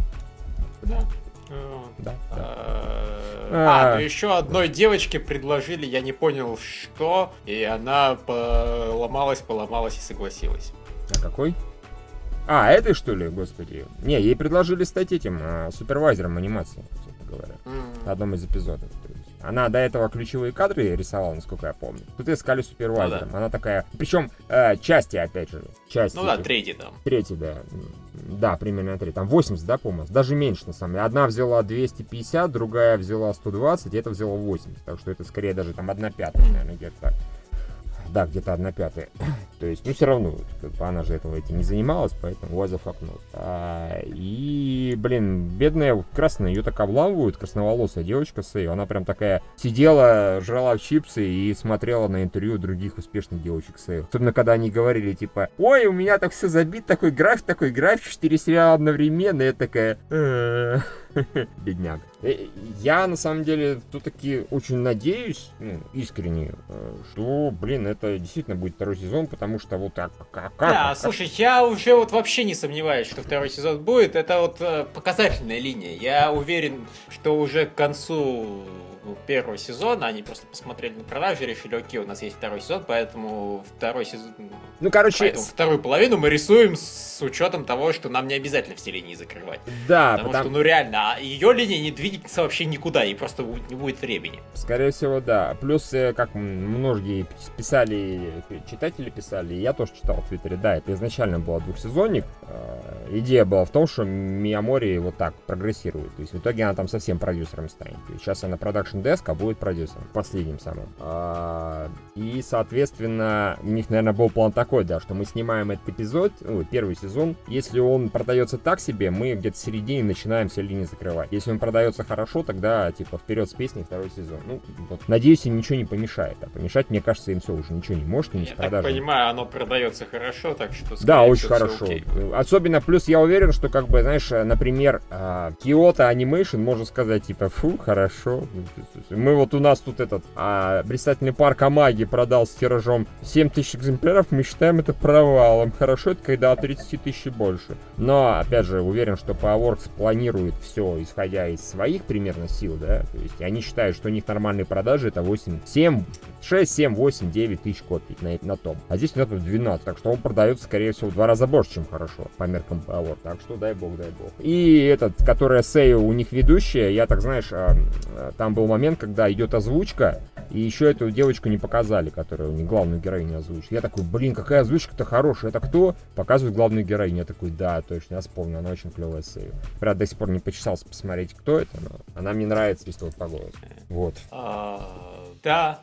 Да. Ну еще одной девочке предложили, я не понял что, и она поломалась и согласилась. А какой? Этой что ли, господи? Не, ей предложили стать этим супервайзером анимации, честно говоря. На одном из эпизодов. Она до этого ключевые кадры рисовала, насколько я помню. Тут искали супервайзером. Она такая... Причем части, опять же. Части. Ну да, третий там. Третий, да. Да, примерно 3. Там 80, да, по-моему? Даже меньше, на самом деле. Одна взяла 250, другая взяла 120, и эта взяла 80. Так что это скорее даже там 1/5, наверное, где-то так. Да, где-то 1/5. То есть, все равно, как бы она же этим не занималась, поэтому why the fuck not. И, бедная, красная, ее так обламывают, красноволосая девочка Сэйо. Она прям такая сидела, жрала чипсы и смотрела на интервью других успешных девочек Сэйо. Особенно, когда они говорили, типа, ой, у меня так все забит, такой график, 4 сериала одновременно. И я такая... Бедняга. Я, на самом деле, все-таки очень надеюсь, искренне, что, это действительно будет второй сезон, потому что вот так... Слушай, я уже вот вообще не сомневаюсь, что второй сезон будет. Это вот показательная линия. Я уверен, что уже к концу первого сезона, они просто посмотрели на продажи и решили, окей, у нас есть второй сезон, поэтому вторую половину мы рисуем с учетом того, что нам не обязательно все линии закрывать. Да, потому что, реально, ее линия не двигается вообще никуда, и просто не будет времени. Скорее всего, да. Плюс, как многие писали, читатели писали, я тоже читал в Твиттере, да, это изначально был двухсезонник. Идея была в том, что Миямори вот так прогрессирует. То есть в итоге она там совсем продюсером станет. Сейчас она продакшн деск, а будет продюсером. Последним самым. И, соответственно, у них, наверное, был план такой, да, что мы снимаем этот эпизод, первый сезон. Если он продается так себе, мы где-то в середине начинаем все линии закрывать. Если он продается хорошо, тогда, типа, вперед с песней второй сезон. Ну, вот, надеюсь, им ничего не помешает. А помешать, мне кажется, им все уже ничего не может. Я так понимаю, оно продается хорошо, так что... Да, очень хорошо. Особенно, плюс я уверен, что, как бы, знаешь, например, Kyoto Animation можно сказать, типа, фу, хорошо. Мы вот у нас тут этот блистательный парк Амаги продал с тиражом 7000 экземпляров, мы считаем это провалом. Хорошо, это когда от 30 тысяч больше. Но, опять же, уверен, что Powerworks планирует все, исходя из своих примерно сил, да, то есть они считают, что у них нормальные продажи это 6, 7, 8, 9 тысяч копий на том. А здесь у нас 12, так что он продается, скорее всего, в 2 раза больше, чем хорошо, по меркам Power. Так что дай бог, дай бог. И этот, которая Сею у них ведущая, я так, знаешь, там был момент, когда идет озвучка, и еще эту девочку не показали, которая у них главную героиню озвучит. Я такой, блин, какая озвучка-то хорошая, это кто? Показывает главную героиню. Я такой, да, точно, я вспомнил, она очень клевая Сею. Правда, до сих пор не почесался посмотреть, кто это, но она мне нравится, если вот по голосу. Вот. Да.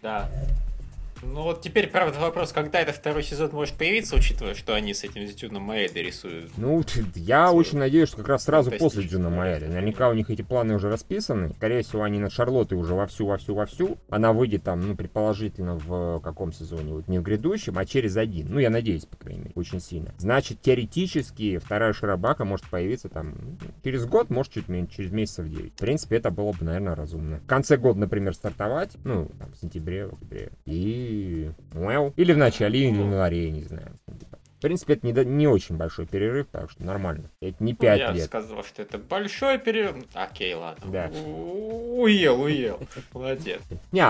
Ну вот теперь, правда, вопрос, когда этот второй сезон может появиться, учитывая, что они с этим Дзюном Маэдой рисуют. Ну, я очень надеюсь, что как раз сразу после Дзюна Маэды. Наверняка у них эти планы уже расписаны. Скорее всего, они над Шарлоттой уже вовсю. Она выйдет там, предположительно, в каком сезоне? Вот не в грядущем, а через один. Ну, я надеюсь, по крайней мере, очень сильно. Значит, теоретически вторая Ширабака может появиться там через год, может, чуть меньше, через месяцев 9. В принципе, это было бы, наверное, разумно. В конце года, например, стартовать, там, в сентябре, в октябре. Или в начале, или в январе, не знаю. В принципе, это не очень большой перерыв, так что нормально. Это не 5 лет. Я сказал, что это большой перерыв. Окей, ладно. Да. Уел. Молодец.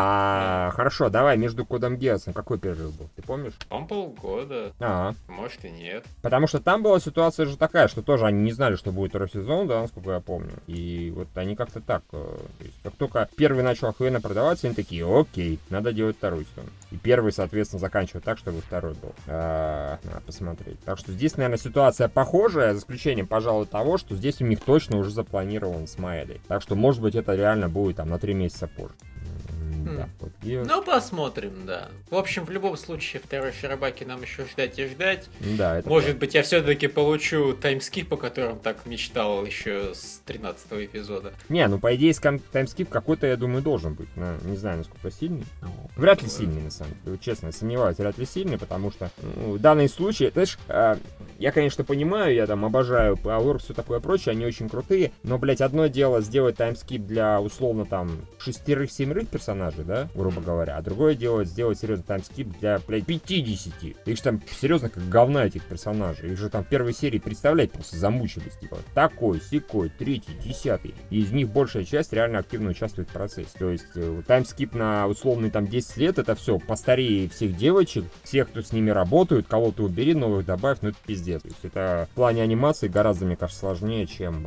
Хорошо, давай, между Кодом Геассом какой перерыв был? Ты помнишь? Там полгода. Может и нет. Потому что там была ситуация же такая, что тоже они не знали, что будет второй сезон, да, насколько я помню. И вот они как-то так. То есть, как только первый начал охуенно продаваться, они такие, окей, надо делать второй сезон. И первый, соответственно, заканчивают так, чтобы второй был. Надо посмотреть. Так что здесь, наверное, ситуация похожая, за исключением, пожалуй, того, что здесь у них точно уже запланирован с Маэдой. Так что, может быть, это реально будет там на 3 месяца позже. Да, вот. Ну, посмотрим, да. В общем, в любом случае, второй Ширабаки нам еще ждать и ждать. Да, это может быть, я все-таки получу таймскип, о котором так мечтал еще с 13-го эпизода. По идее, таймскип какой-то, я думаю, должен быть. Но не знаю, насколько сильный. Вряд ли сильный, на самом деле. Честно, сомневаюсь, вряд ли сильный, потому что в данном случае, знаешь, я, конечно, понимаю, я там обожаю Powerworks, все такое прочее, они очень крутые, но, блять, одно дело сделать таймскип для, условно, там, 6-7 персонажей, да, грубо говоря, а другое дело сделать серьезный таймскип для, блядь, 50. Их же там серьезно как говна этих персонажей. Их же там в первой серии представлять просто замучились, типа, такой, сякой, 3-й, 10-й. И из них большая часть реально активно участвует в процессе. То есть таймскип на условный там 10 лет, это все постарее всех девочек, всех, кто с ними работают, кого-то убери, новых добавь, это пиздец. То есть это в плане анимации гораздо, мне кажется, сложнее, чем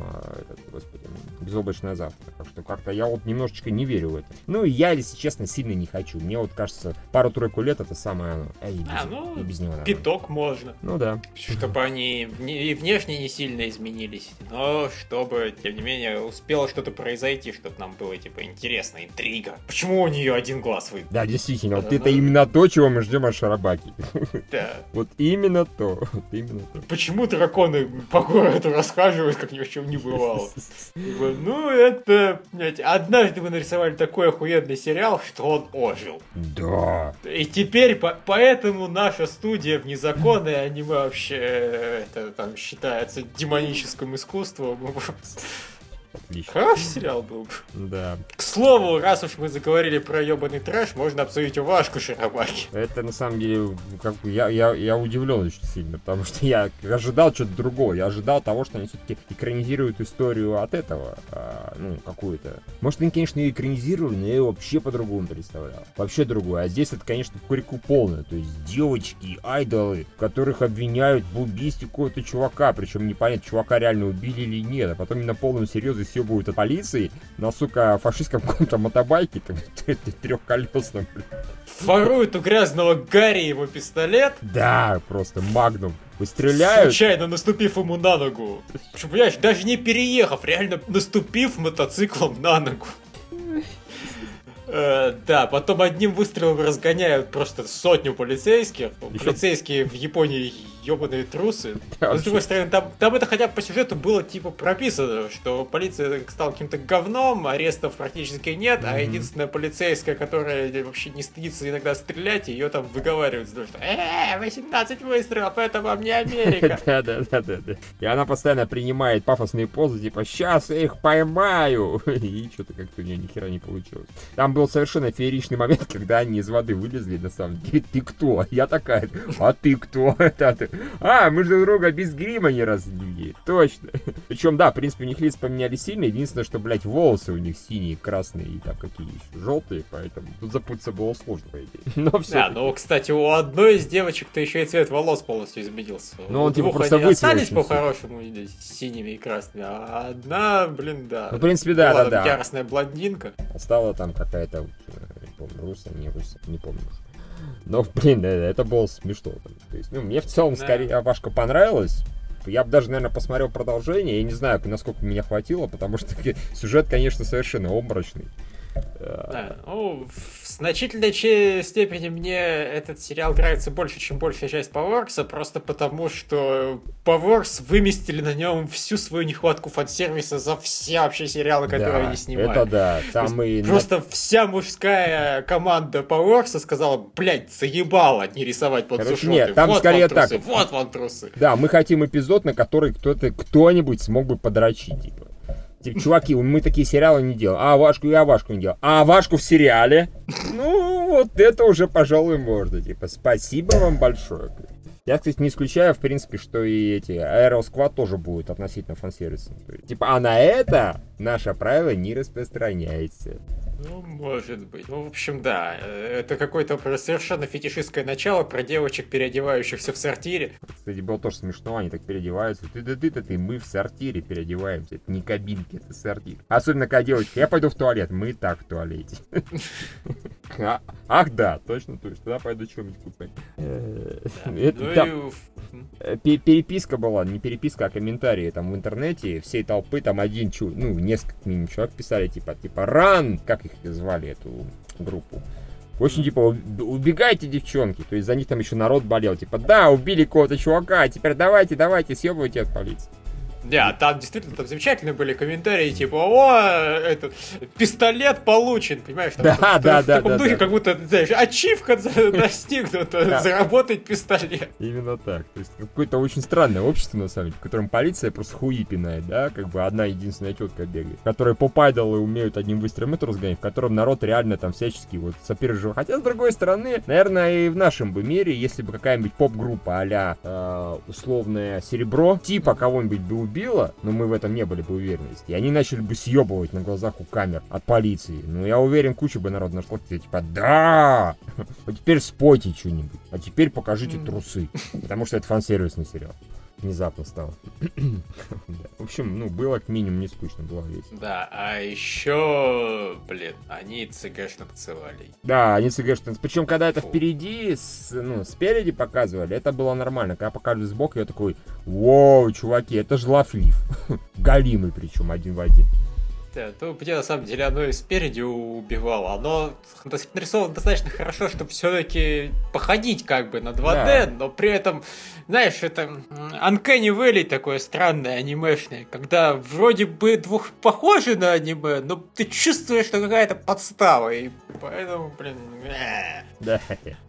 безоблачное завтра. Так что как-то я вот немножечко не верю в это. Ну и я, если честно, сильно не хочу. Мне вот кажется, пару-тройку лет это самое оно. И без него надо. Пяток можно. Ну да. Чтобы они и внешне не сильно изменились, но чтобы, тем не менее, успело что-то произойти, чтобы нам было, типа, интересно, интрига. Почему у нее один глаз выйдет? Да, действительно, вот это именно то, чего мы ждем от Ширабаки. Да. Вот именно то. Почему драконы по городу расхаживают, как ни в чем не бывало? Ну, это, блядь, однажды мы нарисовали такой охуенный сериал, что он ожил. Да. И теперь поэтому наша студия в незаконное аниме вообще это там считается демоническим искусством. Отлично. Хороший сериал был. Да. К слову, раз уж мы заговорили про ебаный трэш, можно обсудить Вашку Широбаки. Это на самом деле, как бы, я удивлен очень сильно, потому что я ожидал чего-то другого. Я ожидал того, что они все-таки экранизируют историю от этого, ну, какую-то. Может, они, конечно, ее экранизировали, но я ее вообще по-другому представлял. Вообще другое. А здесь это, конечно, курику полное. То есть девочки, айдолы, которых обвиняют в убийстве какого-то чувака. Причем непонятно, чувака реально убили или нет. А потом на полном серьезе съебывают от полиции на, сука, фашистском каком-то мотобайке, там, трехколесном. Воруют у грязного Гарри его пистолет. Да, просто магнум. Стреляют. Случайно наступив ему на ногу. Причем, понимаешь, даже не переехав, реально наступив мотоциклом на ногу. Да, потом одним выстрелом разгоняют просто сотню полицейских. Полицейские в Японии ебаные трусы. Но с другой стороны, там это хотя бы по сюжету было типа прописано, что полиция стала каким-то говном, арестов практически нет, а единственная полицейская, которая вообще не стыдится иногда стрелять, ее там выговаривают, что 18 выстрелов, это вам не Америка. Да. И она постоянно принимает пафосные позы, типа, сейчас я их поймаю. И что-то как-то у нее ни хера не получилось. Там был совершенно фееричный момент, когда они из воды вылезли, на самом деле. Ты кто? Я такая, а ты кто? Мы же друг друга без грима не разбили. Точно. Причем, да, в принципе, у них лица поменялись сильно. Единственное, что, блядь, волосы у них синие, красные и там какие еще желтые, поэтому тут запутаться было сложно, по идее. Но все. Да, ну, кстати, у одной из девочек-то еще и цвет волос полностью изменился. Ну, он типа просто они остались по-хорошему синими и красными, а одна, блин, да. Ну, в принципе, да. Яростная блондинка. Стала там какая-то, не помню, русая, не помню. Но, блин, это было смешно. То есть, ну, мне в целом скорее Вашка понравилась. Я бы даже, наверное, посмотрел продолжение. Я не знаю, насколько меня хватило, потому что сюжет, конечно, совершенно обморочный. Да, ну, в значительной степени мне этот сериал нравится больше, чем большая часть Поворкса, просто потому, что Поворкс выместили на нем всю свою нехватку фан-сервиса за все вообще сериалы, которые они снимают. Это да. Там и... Просто вся мужская команда Поворкса сказала, блядь, заебало не рисовать подсушоты. Нет, там вот скорее вам трусы, так. Вот вам трусы. Да, мы хотим эпизод, на который кто-нибудь смог бы подрочить, типа. Типа, чуваки, мы такие сериалы не делаем. Я Вашку не делал. А Вашку в сериале? Ну, вот это уже, пожалуй, можно. Типа, спасибо вам большое. Я, кстати, не исключаю, в принципе, что и эти Aero Squad тоже будут относительно фан-сервисом. Типа, а на это наше правило не распространяется. Ну, может быть. Ну, в общем, да. Это какое-то совершенно фетишистское начало про девочек, переодевающихся в сортире. Кстати, было тоже смешно, они так переодеваются. Ты, мы в сортире переодеваемся. Это не кабинки, это сортир. Особенно, когда девочка, я пойду в туалет. Мы и так в туалете. Ах, да, точно. Тогда пойду что-нибудь купить. Переписка была, не переписка, а комментарии там в интернете. Всей толпы там несколько минимум человек писали, типа, ран, как их звали, эту группу. Очень, типа, убегайте, девчонки. То есть за них там еще народ болел. Типа, да, убили какого-то чувака, а теперь давайте, съебывайте от полиции. Да, там действительно там замечательные были комментарии, типа, этот пистолет получен, понимаешь? Там, в таком духе, как будто, знаешь, ачивка достигнута, заработать пистолет. Именно так. То есть какое-то очень странное общество, на самом деле, в котором полиция просто хуи пинает, да, как бы одна единственная тетка бегает, которые поп-айдолы умеют одним выстрелом это разгонять, в котором народ реально там всячески вот сопереживает. Хотя, с другой стороны, наверное, и в нашем бы мире, если бы какая-нибудь поп-группа а-ля условное Серебро, типа кого-нибудь бы убила, но мы в этом не были бы уверены. И они начали бы съебывать на глазах у камер от полиции. Ну, я уверен, куча бы народ нашла, типа, да! А теперь спойте что-нибудь. А теперь покажите трусы. Потому что это фан-сервисный сериал. Внезапно стало. В общем, было как минимум не скучно, было весело. Да, а еще, они ЦГшных целовали. Да, они ЦГшных. Причем, когда это впереди, спереди показывали, это было нормально. Когда показывали сбоку, я такой, воу, чуваки, это же Лафлив. Галимый причем, один в один. Да, то мне на самом деле оно и спереди убивало. Оно нарисовано достаточно хорошо, чтобы все-таки походить как бы на 2D, да. Но при этом, знаешь, это Uncanny Valley такое странное, анимешное, когда вроде бы похоже на аниме, но ты чувствуешь, что какая-то подстава, и поэтому, Да.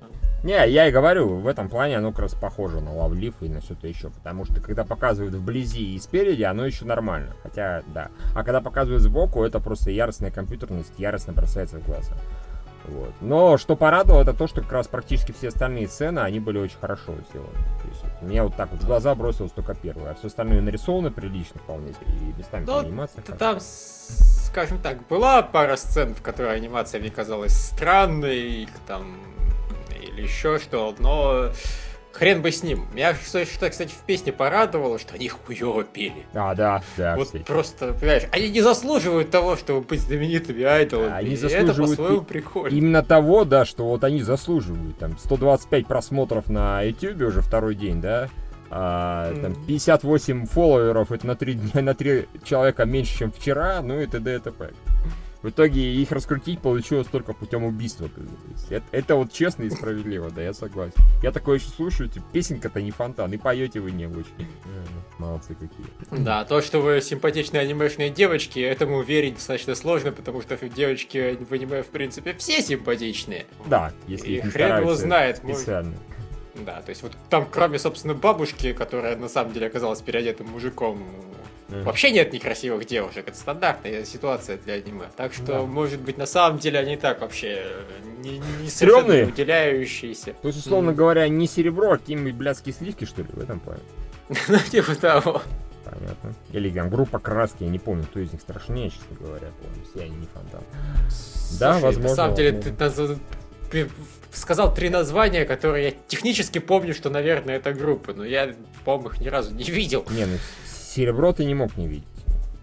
Не, я и говорю, в этом плане оно как раз похоже на Лавлиф и на что-то еще. Потому что когда показывают вблизи и спереди, оно еще нормально. Хотя, да. А когда показывают сбоку, это просто яростная компьютерность, яростно бросается в глаза. Вот. Но что порадовало, это то, что как раз практически все остальные сцены, они были очень хорошо сделаны. То есть, вот, меня вот так вот в глаза бросилось только первое, а все остальное нарисовано прилично вполне, и местами анимация. Там, скажем так, была пара сцен, в которой анимация мне казалась странной, там, или еще что, но хрен бы с ним. Меня что, кстати, в песне порадовало, что они хуёво пели. Да. Вот все. Просто, понимаешь, они не заслуживают того, чтобы быть знаменитыми айдолами. Они заслуживают это по-своему прикольно. Именно того, да, что вот они заслуживают. Там 125 просмотров на YouTube уже второй день, да? Там 58 фолловеров, это на 3 человека меньше, чем вчера, ну и т.д. и т.п. В итоге их раскрутить получилось только путем убийства. Это вот честно и справедливо, да, я согласен. Я такое еще слушаю, типа, песенка-то не фонтан, и поете вы не очень. Молодцы какие. Да, то, что вы симпатичные анимешные девочки, этому верить достаточно сложно, потому что девочки в аниме, в принципе, все симпатичные. Да, если и их не хрен его знает. специально. Да, то есть вот там, кроме, собственно, бабушки, которая на самом деле оказалась переодетым мужиком, вообще нет некрасивых девушек. Это стандартная ситуация для аниме. Так что, да. Может быть, на самом деле они так вообще не стрёмные, выделяющиеся. То есть, условно говоря, не серебро, а какие-нибудь блядские сливки, что ли, в этом плане? Ну, типа того. Понятно. Или там группа краски, я не помню, кто из них страшнее, честно говоря, помню. Все они не фонтан. Да, возможно. На самом деле, ты сказал 3 названия, которые я технически помню, что, наверное, это группы, но я, по-моему, их ни разу не видел. Не, ну серебро ты не мог не видеть.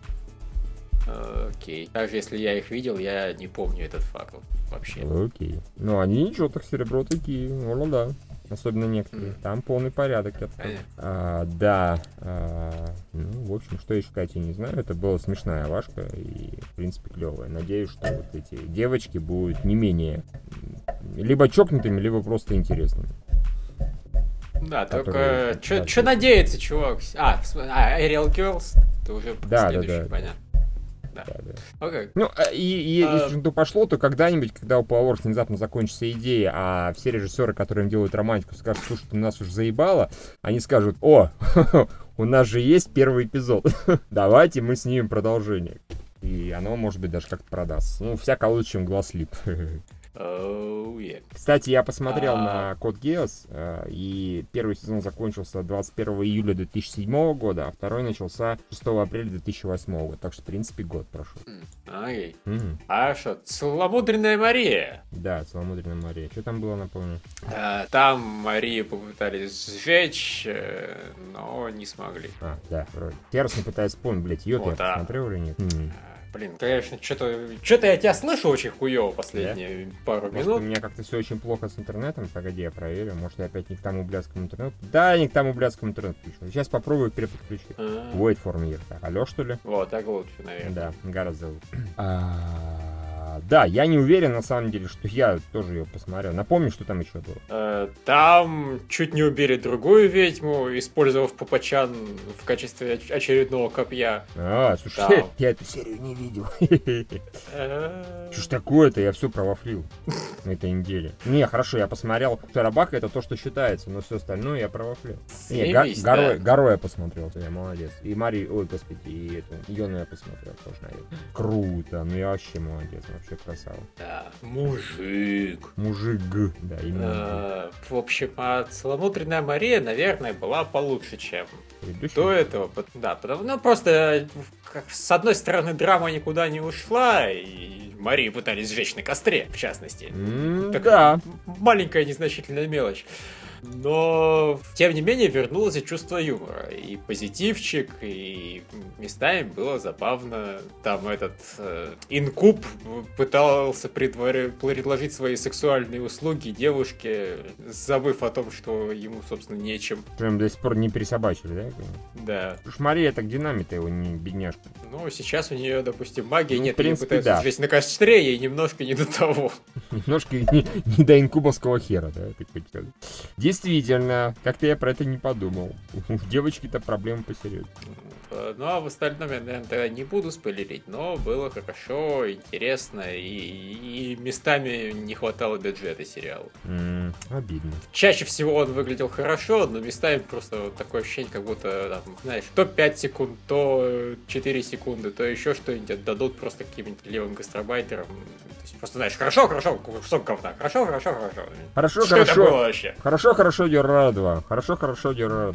Окей. Даже если я их видел, я не помню этот факт вообще. Окей. Ну, они ничего, так серебро такие, ну да. Особенно некоторые. Там полный порядок. Да. Ну, в общем, что еще сказать, я не знаю. Это была смешная вашка и, в принципе, клевая. Надеюсь, что вот эти девочки будут не менее либо чокнутыми, либо просто интересными. Да, только что надеяться, чувак? Aerial Girls? Это уже следующий, понятно. Да. Okay. Ну, и если то пошло, то когда-нибудь, когда у Power Wars внезапно закончится идея, а все режиссеры, которые им делают романтику, скажут, слушай, ты нас уже заебало, они скажут, у нас же есть первый эпизод, давайте мы снимем продолжение. И оно, может быть, даже как-то продастся. Ну, всяко лучше, чем Глазлип. Кстати, я посмотрел на Код Геосс, и первый сезон закончился 21 июля 2007 года, а второй начался 6 апреля 2008 года. Так что, в принципе, год прошел. Окей. А что, Целомудренная Мария? Да, Целомудренная Мария. Что там было, напомню? Там Марию попытались сжечь, но не смогли. Да, вроде. Я раз не пытаюсь вспомнить, блядь, ее я посмотрел или нет? Блин, конечно, что-то я тебя слышу очень хуёво последние пару минут. У меня как-то все очень плохо с интернетом. Погоди, я проверю. Может, я опять не к тому блядскому интернету. Да, не к тому блядскому интернету включил. Сейчас попробую переподключить. Wait for me. Так, алло, что ли? Вот, так лучше, наверное. Да, гораздо лучше. Да, я не уверен, на самом деле, что я тоже ее посмотрел. Напомню, что там еще было. Там чуть не убили другую ведьму, использовав Папачан в качестве очередного копья. Слушай, я эту серию не видел. Что ж такое-то? Я все провафлил на этой неделе. Не, хорошо, я посмотрел. Шарабака — это то, что считается, но все остальное я провафлил. Гаро я посмотрел, я молодец. И Марию, ой, господи, и эту Йону я посмотрел тоже, наверное. Круто, ну я вообще молодец, вообще красава. Да, мужик. Да, именно. В общем, Целомудренная Мария, наверное, была получше, чем до этого. Да, потому просто с одной стороны драма никуда не ушла, и Марию пытались сжечь на костре, в частности. Да. Маленькая незначительная мелочь. Но, тем не менее, вернулось и чувство юмора. И позитивчик, и местами было забавно. Там этот инкуб пытался предложить свои сексуальные услуги девушке, забыв о том, что ему, собственно, нечем. Прям до сих пор не пересобачили, да? Да. Уж Мария так динамит его, не бедняжка. Ну, сейчас у нее, допустим, магии нет. В принципе, ее пытаются сжечь на костре, ей немножко не до того. Немножко не до инкубовского хера, да? Действительно, как-то я про это не подумал. У девочки-то проблемы посерьезнее. Ну а в остальном я, наверное, тогда не буду спойлерить, но было хорошо, интересно, и местами не хватало бюджета сериалу. Обидно. Чаще всего он выглядел хорошо, но местами просто вот такое ощущение, как будто, там, знаешь, то 5 секунд, то 4 секунды, то еще что-нибудь отдадут просто каким-нибудь левым гастробайтерам. То есть просто, знаешь, хорошо, кусок говна, хорошо. Что это было вообще? Хорошо, Дюрара 2. Хорошо, Дюрара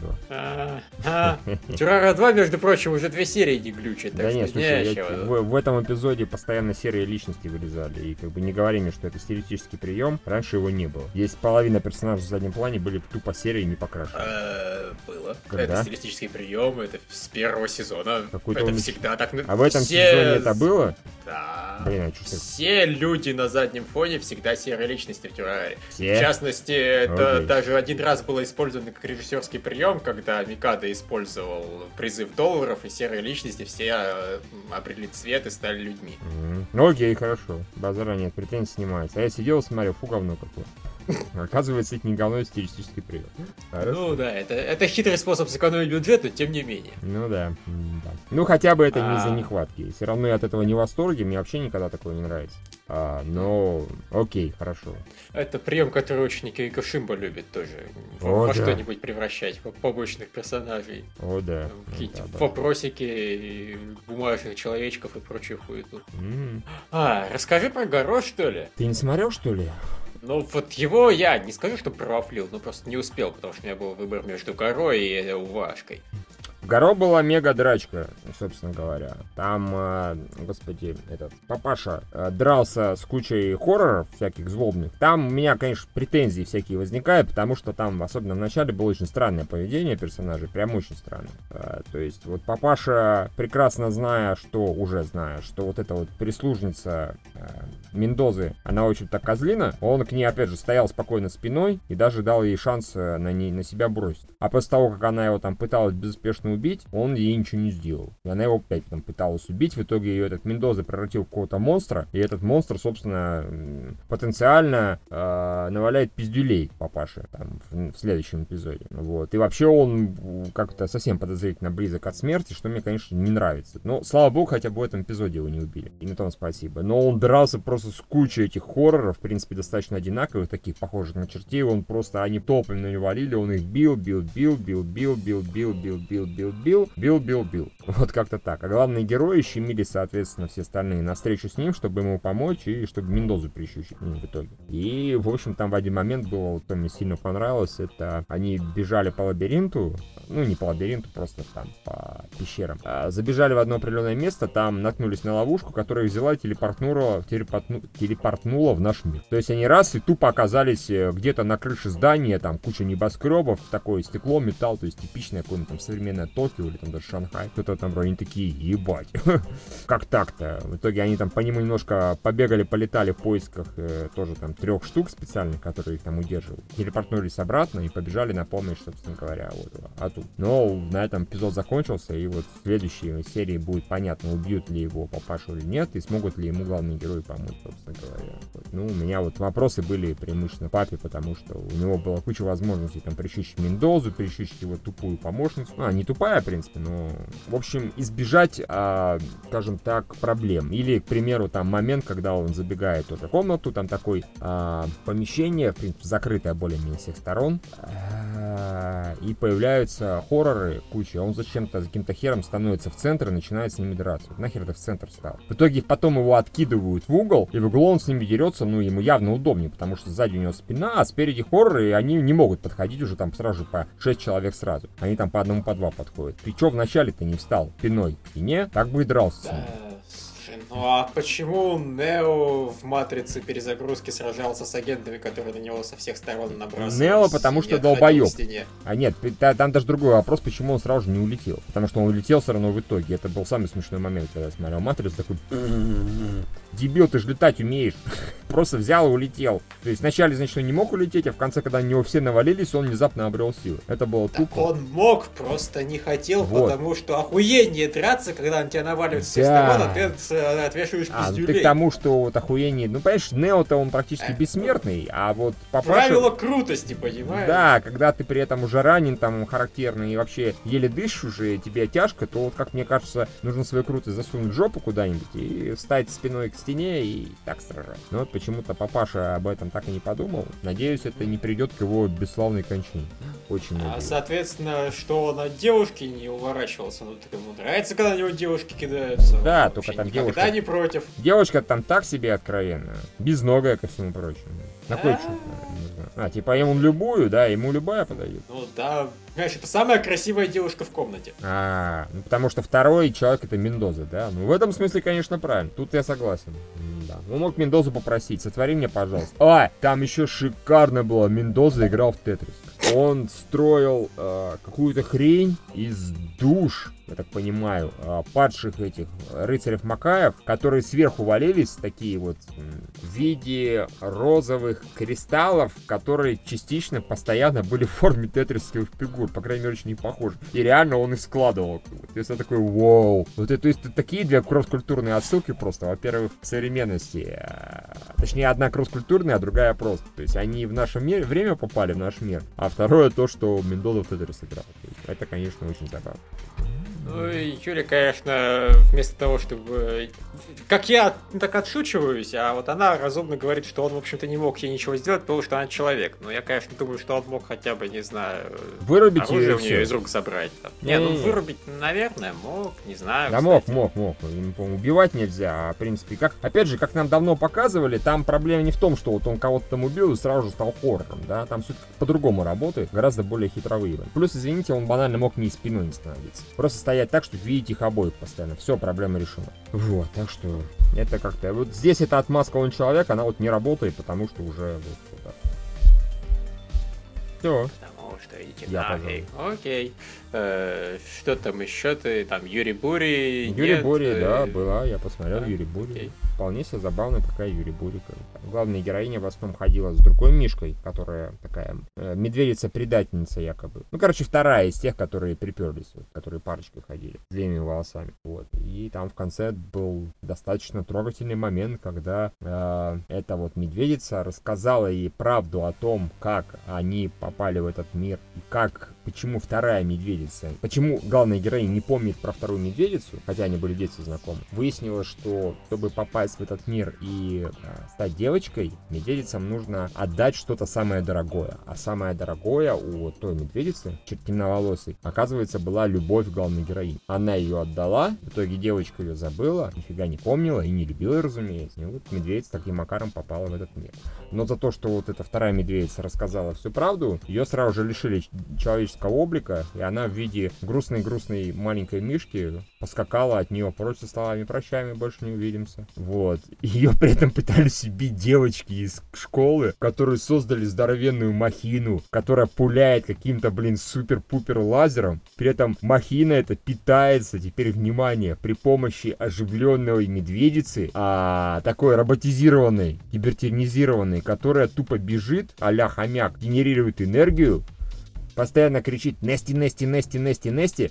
2. Дюрара 2, между прочим, уже 2 серии не глючит. Да нет, слушай, в этом эпизоде постоянно серые личности вылезали. И как бы не говори мне, что это стилистический прием. Раньше его не было. Есть половина персонажей в заднем плане были тупо серые не покрашены. Было. Когда? Это стилистический прием, это с первого сезона. Какой-то это он... всегда так. А в этом сезоне это было? Да. Блин, все люди на заднем фоне всегда серые личности в Дюраре. Все? В частности, это даже один раз было использовано как режиссерский прием, когда Микадо использовал призыв долларов, и серые личности все обрели цвет и стали людьми. Ну окей, хорошо. Базара нет, претензий снимается. А я сидел и смотрел, фу, говно какое. Оказывается, это не говно, это стилистический прием. Ну да, это хитрый способ сэкономить бюджет, но тем не менее. Ну да. Ну хотя бы это не из-за нехватки. Все равно я от этого не в восторге, мне вообще никогда такое не нравится. Но окей, хорошо. Это прием, который ученики Кошимба любят тоже. Во что-нибудь превращать, побочных персонажей. О, да. Какие-то вопросики, бумажных человечков и прочую хуету. Расскажи про Гаро, что ли? Ты не смотрел, что ли? Ну, вот его я не скажу, что провафлил, но просто не успел, потому что у меня был выбор между Гаро и Увашкой. В Гаро была мега-драчка, собственно говоря. Там, господи, этот папаша дрался с кучей хорроров всяких злобных. Там у меня, конечно, претензии всякие возникают, потому что там, особенно в начале, было очень странное поведение персонажей, прям очень странное. То есть вот папаша, прекрасно зная, что вот эта вот прислужница Мендозы, она очень-то козлина, он к ней, опять же, стоял спокойно спиной и даже дал ей шанс на себя бросить. А после того, как она его там пыталась безуспешно убить, он ей ничего не сделал. И она его опять там пыталась убить. В итоге ее этот Мендоза превратил в какого-то монстра. И этот монстр, собственно, потенциально наваляет пиздюлей папаше там, в следующем эпизоде. Вот. И вообще он как-то совсем подозрительно близок от смерти, что мне, конечно, не нравится. Но, слава богу, хотя бы в этом эпизоде его не убили. И на том спасибо. Но он дрался просто с кучей этих хорроров, в принципе, достаточно одинаковых, таких похожих на чертей. Он просто, они толпами на него валили, он их бил. Вот как-то так. А главные герои щемили, соответственно, все остальные навстречу с ним, чтобы ему помочь и чтобы Мендозу прищучить в итоге. И, в общем, там в один момент было, вот, что мне сильно понравилось, это они бежали по лабиринту, ну, не по лабиринту, просто там по пещерам. Забежали в одно определенное место, там наткнулись на ловушку, которая взяла и телепортнула в наш мир. То есть они раз и тупо оказались где-то на крыше здания, там куча небоскребов, такое стекло, металл, то есть типичное какое-нибудь там современное Токио или там даже Шанхай. Кто-то там вроде, они такие, ебать. Как так-то? В итоге они там по нему немножко побегали, полетали в поисках тоже там 3 штук специальных, которые их там удерживают. Телепортнулись обратно и побежали на помощь, собственно говоря, вот оттуда. Но на этом эпизод закончился, и вот в следующей серии будет понятно, убьют ли его папашу или нет, и смогут ли ему главные герои помочь, собственно говоря. Вот. Ну, у меня вот вопросы были преимущественно папе, потому что у него была куча возможностей там прищучить Мендозу, прищучить его тупую помощницу. Не тупая, в принципе, но, в общем, избежать, скажем так, проблем. Или, к примеру, там момент, когда он забегает в комнату, там такое помещение, в принципе, закрытое более-менее с всех сторон, и появляются хорроры куча, он зачем-то за каким-то хером становится в центр и начинает с ними драться. Вот нахер ты в центр встал? В итоге потом его откидывают в угол, и в углу он с ними дерется, ну, ему явно удобнее, потому что сзади у него спина, а спереди хорроры, и они не могут подходить уже там сразу же по 6 человек сразу. Они там по одному, по 2 подходят. Ты чё вначале-то не встал спиной к стене? Так бы и дрался с ним. Ну а почему Нео в Матрице перезагрузки сражался с агентами, которые на него со всех сторон набрасывались? Нео, потому что долбоёб. Нет, там даже другой вопрос, почему он сразу же не улетел. Потому что он улетел все равно в итоге. Это был самый смешной момент, когда я смотрел Матрицу, такой... Дебил, ты же летать умеешь. Просто взял и улетел. То есть вначале, значит, он не мог улететь, а в конце, когда на него все навалились, он внезапно обрел силы. Это было тупо. Так он мог, просто не хотел, вот. Потому что охуение драться, когда на тебя наваливаются с всех сторон, а ты когда отвешиваешь Ну ты пиздюлей. к тому, что вот охуение... Ну, понимаешь, Нео-то он практически бессмертный, а вот Папаша... Правило крутости, понимаешь? Да, когда ты при этом уже ранен, там, характерный, и вообще еле дышишь уже, тебе тяжко, то, вот, как мне кажется, нужно свою крутость засунуть в жопу куда-нибудь и встать спиной к стене и так сражать. Но вот почему-то Папаша об этом так и не подумал. Надеюсь, это не придет к его бесславной кончине. Очень надеюсь. Соответственно, что он от девушки не уворачивался, ну так ему нравится, когда на него девушки кидаются. Да, Он только вообще там никогда девушка... не против. Девочка там так себе откровенно. Безногая, ко всему прочему. На кой черт, нужно? Типа ему любую, да, ему любая подойдет. Ну да, знаешь, это самая красивая девушка в комнате. Ну потому что второй человек это Мендоза, да? Ну в этом смысле, конечно, правильно. Тут я согласен. Да. Ну мог Мендозу попросить, сотвори мне, пожалуйста. Там еще шикарно было. Мендоза играл в Тетрис. Он строил какую-то хрень из душ, я так понимаю, падших этих рыцарев Макаев, которые сверху валились, такие вот в виде розовых кристаллов, которые частично постоянно были в форме тетрисовых фигур, по крайней мере, очень не похожи. И реально он их складывал. То есть я такой, вау. Вот это, то есть такие две кросс-культурные отсылки просто. Во-первых, в современности, точнее, одна кросс-культурная, а другая просто. То есть они в наше время попали, в наш мир. А второе то, что Мендоза в Тетрис играл. То есть это, конечно, очень забавно. Ну и Юля, конечно, вместо того, чтобы... Как я так отшучиваюсь, а вот она разумно говорит, что он, в общем-то, не мог ей ничего сделать, потому что она человек. Но я, конечно, думаю, что он мог хотя бы, не знаю... Вырубить оружие ее у нее из рук забрать. Там. Не, вырубить, наверное, мог, не знаю. Да кстати. мог. Убивать нельзя, а в принципе, как, опять же, как нам давно показывали, там проблема не в том, что вот он кого-то там убил и сразу же стал хоррором, да, там все по-другому работает, гораздо более хитровыемый. Плюс, извините, он банально мог ни спиной не становиться. Просто стоять так, чтобы видеть их обоих постоянно. Все, проблема решена. Вот, так что это как-то... Вот здесь эта отмазка он человек, она вот не работает, потому что уже вот так. Все. Потому что идите Я, нафиг. Окей. Что там еще ты? Там Юрий Бури? Юрий нет? Бури, да, была, я посмотрел Да? Юрий Бури. Окей. Вполне себе забавная такая Юрий Бурика. Главная героиня в основном ходила с другой мишкой, которая такая медведица-предательница якобы. Ну, короче, вторая из тех, которые приперлись, вот, которые парочкой ходили, с длинными волосами. Вот. И там в конце был достаточно трогательный момент, когда эта вот медведица рассказала ей правду о том, как они попали в этот мир, и почему вторая медведица, почему главная героиня не помнит про вторую медведицу, хотя они были в детстве знакомы. Выяснилось, что чтобы попасть в этот мир и стать девочкой, медведицам нужно отдать что-то самое дорогое. А самое дорогое у той медведицы, темноволосой, оказывается, была любовь главной героини. Она ее отдала, в итоге девочка ее забыла, нифига не помнила и не любила, разумеется. И вот медведица таким макаром попала в этот мир. Но за то, что вот эта вторая медведица рассказала всю правду, ее сразу же лишили человеческого облика, и она в виде грустной-грустной маленькой мишки поскакала от нее прочь со словами «Прощай, мы больше не увидимся». Вот. Ее при этом пытались убить девочки из школы, которые создали здоровенную махину, которая пуляет каким-то, супер-пупер лазером. При этом махина эта питается, теперь внимание, при помощи оживленной медведицы, такой роботизированной, кибертернизированной, которая тупо бежит, а-ля хомяк, генерирует энергию, постоянно кричит «Нести, Нести, Нести, Нести, Нести»,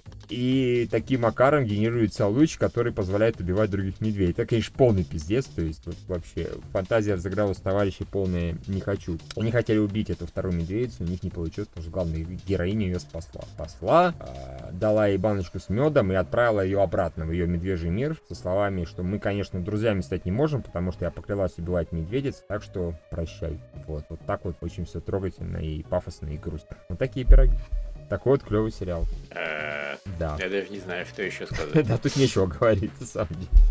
и таким макаром генерируется луч, который позволяет убивать других медведей. Это, конечно, полный пиздец, то есть вот, вообще фантазия разыгралась товарищей полная «не хочу». Они хотели убить эту вторую медведицу, у них не получилось, потому что главная героиня ее спасла, дала ей баночку с медом и отправила ее обратно в ее медвежий мир со словами, что мы, конечно, друзьями стать не можем, потому что я поклялась убивать медведиц, так что прощай. Вот так вот очень все трогательно и пафосно и грустно. Вот такие пироги. Такой вот клевый сериал. Да. Я даже не знаю, что еще сказать. Да, тут нечего говорить, на самом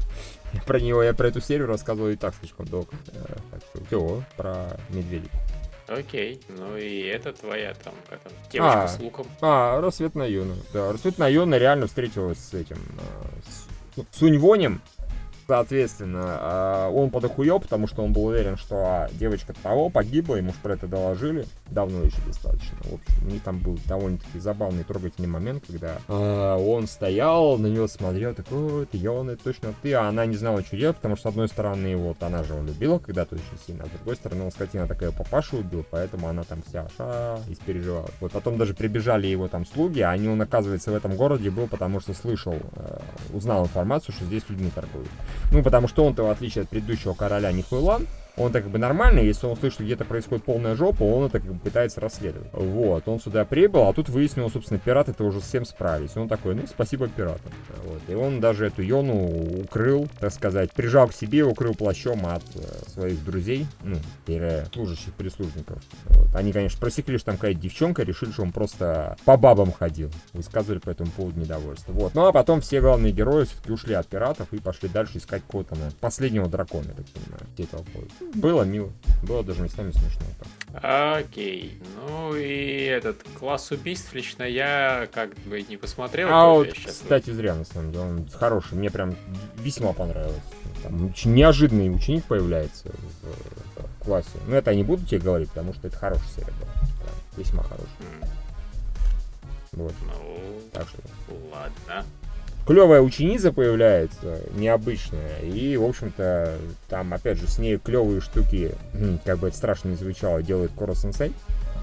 деле. Я про эту серию рассказывал и так слишком долго. Так что все, про медведей. Окей, ну и это твоя там, девочка с луком. Рассвет на Юна. Да, Рассвет на Юна реально встретилась с этим, с Сунь-Вонем. Соответственно, он подохуел, потому что он был уверен, что девочка того погибла, ему уж про это доложили. Давно еще достаточно. В общем, у них там был довольно-таки забавный, трогательный момент, когда он стоял, на него смотрел, такой, ты Йон, это точно ты. А она не знала, что делать, потому что, с одной стороны, вот она же его любила когда-то очень сильно, а с другой стороны, он, скотина такая, папашу убил, поэтому она там вся испереживала. Вот потом даже прибежали его там слуги, а он, оказывается, в этом городе был, потому что слышал узнал информацию, что здесь людьми торгуют. Ну, потому что он-то, в отличие от предыдущего короля Нихуйлан, он-то как бы нормальный, если он слышит, что где-то происходит полная жопа, он это как бы пытается расследовать. Вот, он сюда прибыл, а тут выяснилось, собственно, пираты-то уже с всем справились. И он такой, ну, спасибо пиратам. Вот. И он даже эту Йону укрыл, так сказать, прижал к себе, укрыл плащом от своих друзей, ну, служащих, прислужников. Вот. Они, конечно, просекли, что там какая-то девчонка, решили, что он просто по бабам ходил. Высказывали по этому поводу недовольство. Вот. Ну, а потом все главные герои все-таки ушли от пиратов и пошли дальше искать какого-то последнего дракона, я так понимаю, всей толпой. Было мило. Было даже местами смешно. Окей. Ну и этот класс убийств лично я как бы не посмотрел. А вот, кстати, зря, на самом деле. Он хороший. Мне прям весьма понравилось. Там очень неожиданный ученик появляется в классе. Но это я не буду тебе говорить, потому что это хорошая серия была. Прям весьма хорошая. Вот. Ну, так что. Ладно. Клевая ученица появляется, необычная, и, в общем-то, там, опять же, с ней клевые штуки, как бы это страшно не звучало, делает Коро-сенсей,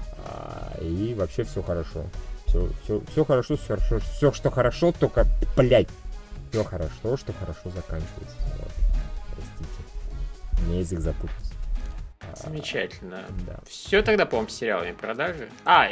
и вообще все хорошо. Все хорошо, все, что хорошо, только, блядь, все хорошо, что хорошо заканчивается. Вот. Простите, мне язык запутался. Замечательно. Да. Все тогда, по-моему, с сериалами продажи.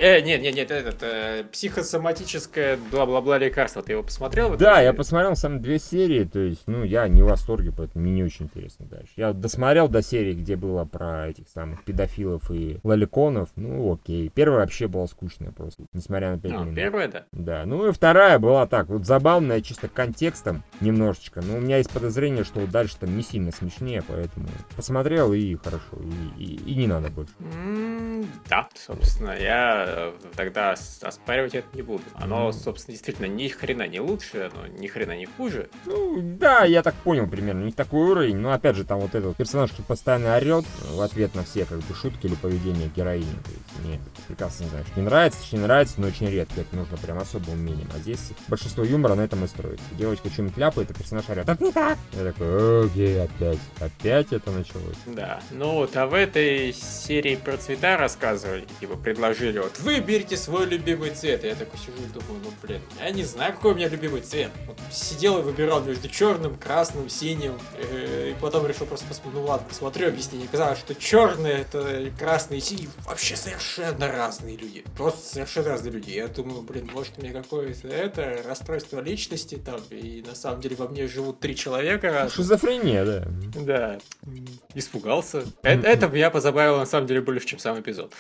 Нет, психосоматическое бла-бла-бла лекарство. Ты его посмотрел? Да, я посмотрел сам 2 серии, то есть, ну, я не в восторге, поэтому мне не очень интересно дальше. Я досмотрел до серии, где было про этих самых педофилов и лоликонов, ну, окей. Первая вообще была скучная просто, несмотря на 5 минут. Первая, да? Да, ну и вторая была так, вот забавная, чисто контекстом немножечко, но у меня есть подозрение, что вот дальше там не сильно смешнее, поэтому посмотрел и хорошо, и не надо больше. Да, собственно, я тогда оспаривать это не буду. Оно, собственно, действительно ни хрена не лучше, но ни хрена не хуже. Ну, да, я так понял примерно, не такой уровень, но опять же, там вот этот персонаж, который постоянно орет в ответ на все как бы шутки или поведение героини. То есть мне прекрасно не знаю, что не нравится, но очень редко, это нужно прям особым умением. А здесь большинство юмора на этом и строится. Девочка что-нибудь ляпает, а персонаж орет. Это не так! Я такой, окей, опять это началось. Да, ну вот, а в этой серии про цвета рассказывали, типа предложили, вот выберите свой любимый цвет. И я такой сижу и думаю, ну блин, я не знаю, какой у меня любимый цвет. Вот сидел и выбирал между черным, красным, синим, и потом решил просто посмотреть, ну ладно, посмотрю объяснение. Казалось, что черный, это красный и синий вообще совершенно разные люди. Просто совершенно разные люди. Я думаю, блин, может у меня какое-то это расстройство личности там, и на самом деле во мне живут 3 человека. Шизофрения, да. Да. Испугался. Это меня позабавило на самом деле больше, чем сам эпизод.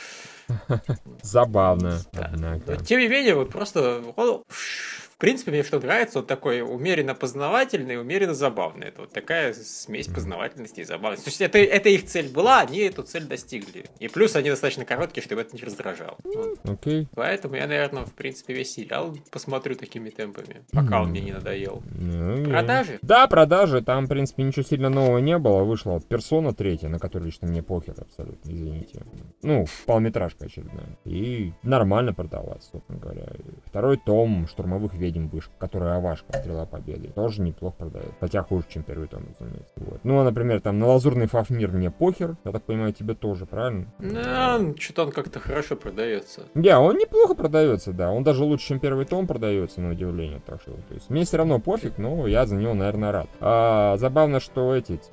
Забавно. Да. Но, тем не менее, вот просто в принципе, мне что нравится, он такой умеренно познавательный, умеренно забавный. Это вот такая смесь познавательности и забавности. То есть это их цель была, они эту цель достигли. И плюс они достаточно короткие, чтобы это не раздражало. Окей. Поэтому я, наверное, в принципе, весь сериал посмотрю такими темпами, пока он мне не надоел. Продажи? Да, продажи. Там, в принципе, ничего сильно нового не было. Вышла Персона 3, на которую лично мне похер абсолютно, извините. Ну, полметражка очередная. И нормально продалась, собственно говоря. Второй том «Штурмовых ведьм», которая Авашка, Стрела Победы, тоже неплохо продает. Хотя хуже, чем первый том, разумеется. Вот. Ну, а, например, там на Лазурный Фафнир мне похер. Я так понимаю, тебе тоже, правильно? Да, что-то он как-то хорошо продается. Да, он неплохо продается, да. Он даже лучше, чем первый том продается, на удивление. Так что, то есть, мне все равно пофиг, но я за него, наверное, рад. Забавно, что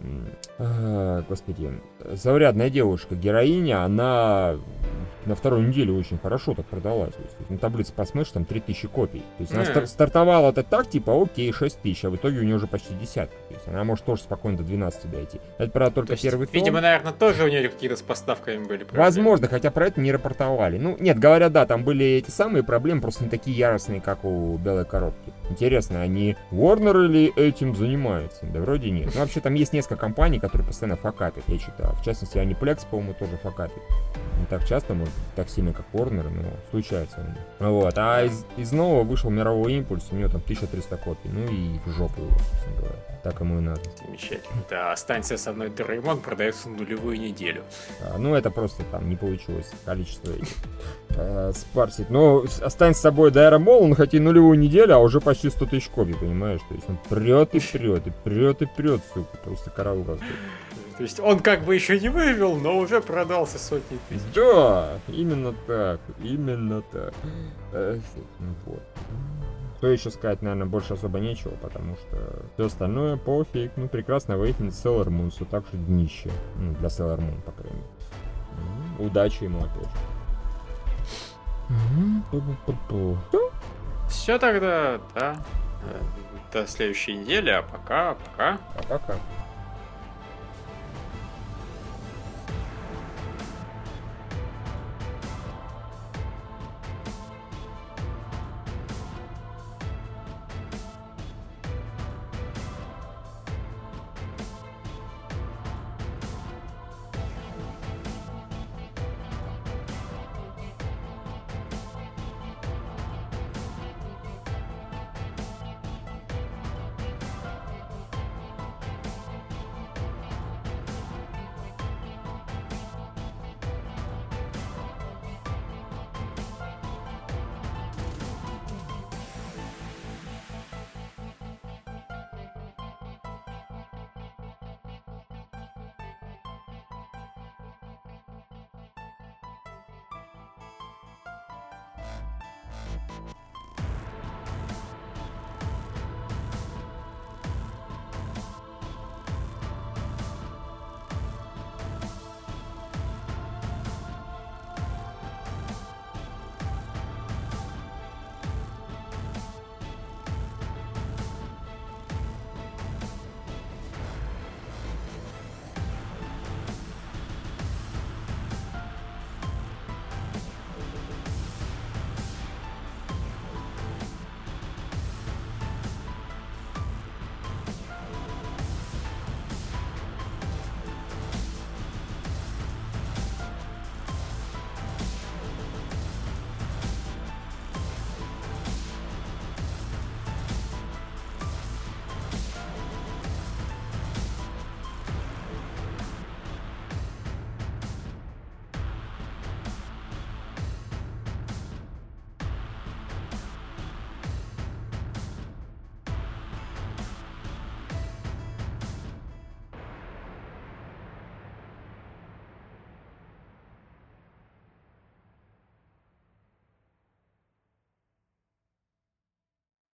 господи, заурядная девушка, героиня, она на второй неделе очень хорошо так продалась. То есть, на таблице посмотришь, там 3000 копий. То есть, она стартовала это так, типа, окей, 6000, а в итоге у нее уже почти десятка. То есть, она может тоже спокойно до 12 дойти. Это, правда, только есть, первый том. Видимо, наверное, тоже у нее какие-то с поставками были проблемы. Возможно, хотя про это не рапортовали. Ну, нет, говорят, да, там были эти самые проблемы, просто не такие яростные, как у Белой Коробки. Интересно, они Warner или этим занимаются? Да вроде нет. Ну, вообще, там есть несколько компаний, которые постоянно факапят, я читал. В частности, Aniplex, по-моему, тоже факапит. Не так часто, может, так сильно, как Warner, но случается у них. Вот. А из нового вышел Мировой Импульс, у него там 1300 копий. Ну и в жопу его, собственно говоря. Так ему и надо. Замечательно. Да, «Останься со мной, Дораэмон» продается на нулевую неделю. Ну, это просто там не получилось количество спарсить. Но «Останься с собой, Дораэмон», он хотя и нулевую неделю, а уже почти 100 тысяч копий, понимаешь? То есть он прет и прет, и прет и прет, сука. Просто караул какой-то. То есть он как бы еще не вывел, но уже продался сотни тысяч. Да, именно так, именно так. Вот. Что еще сказать, наверное, больше особо нечего, потому что все остальное пофиг. Ну, прекрасно выяснит Sailor Moon, все так же днище. Ну, для Sailor Moon, по крайней мере. Удачи ему опять же. Все тогда, да. До следующей недели, а пока. Пока.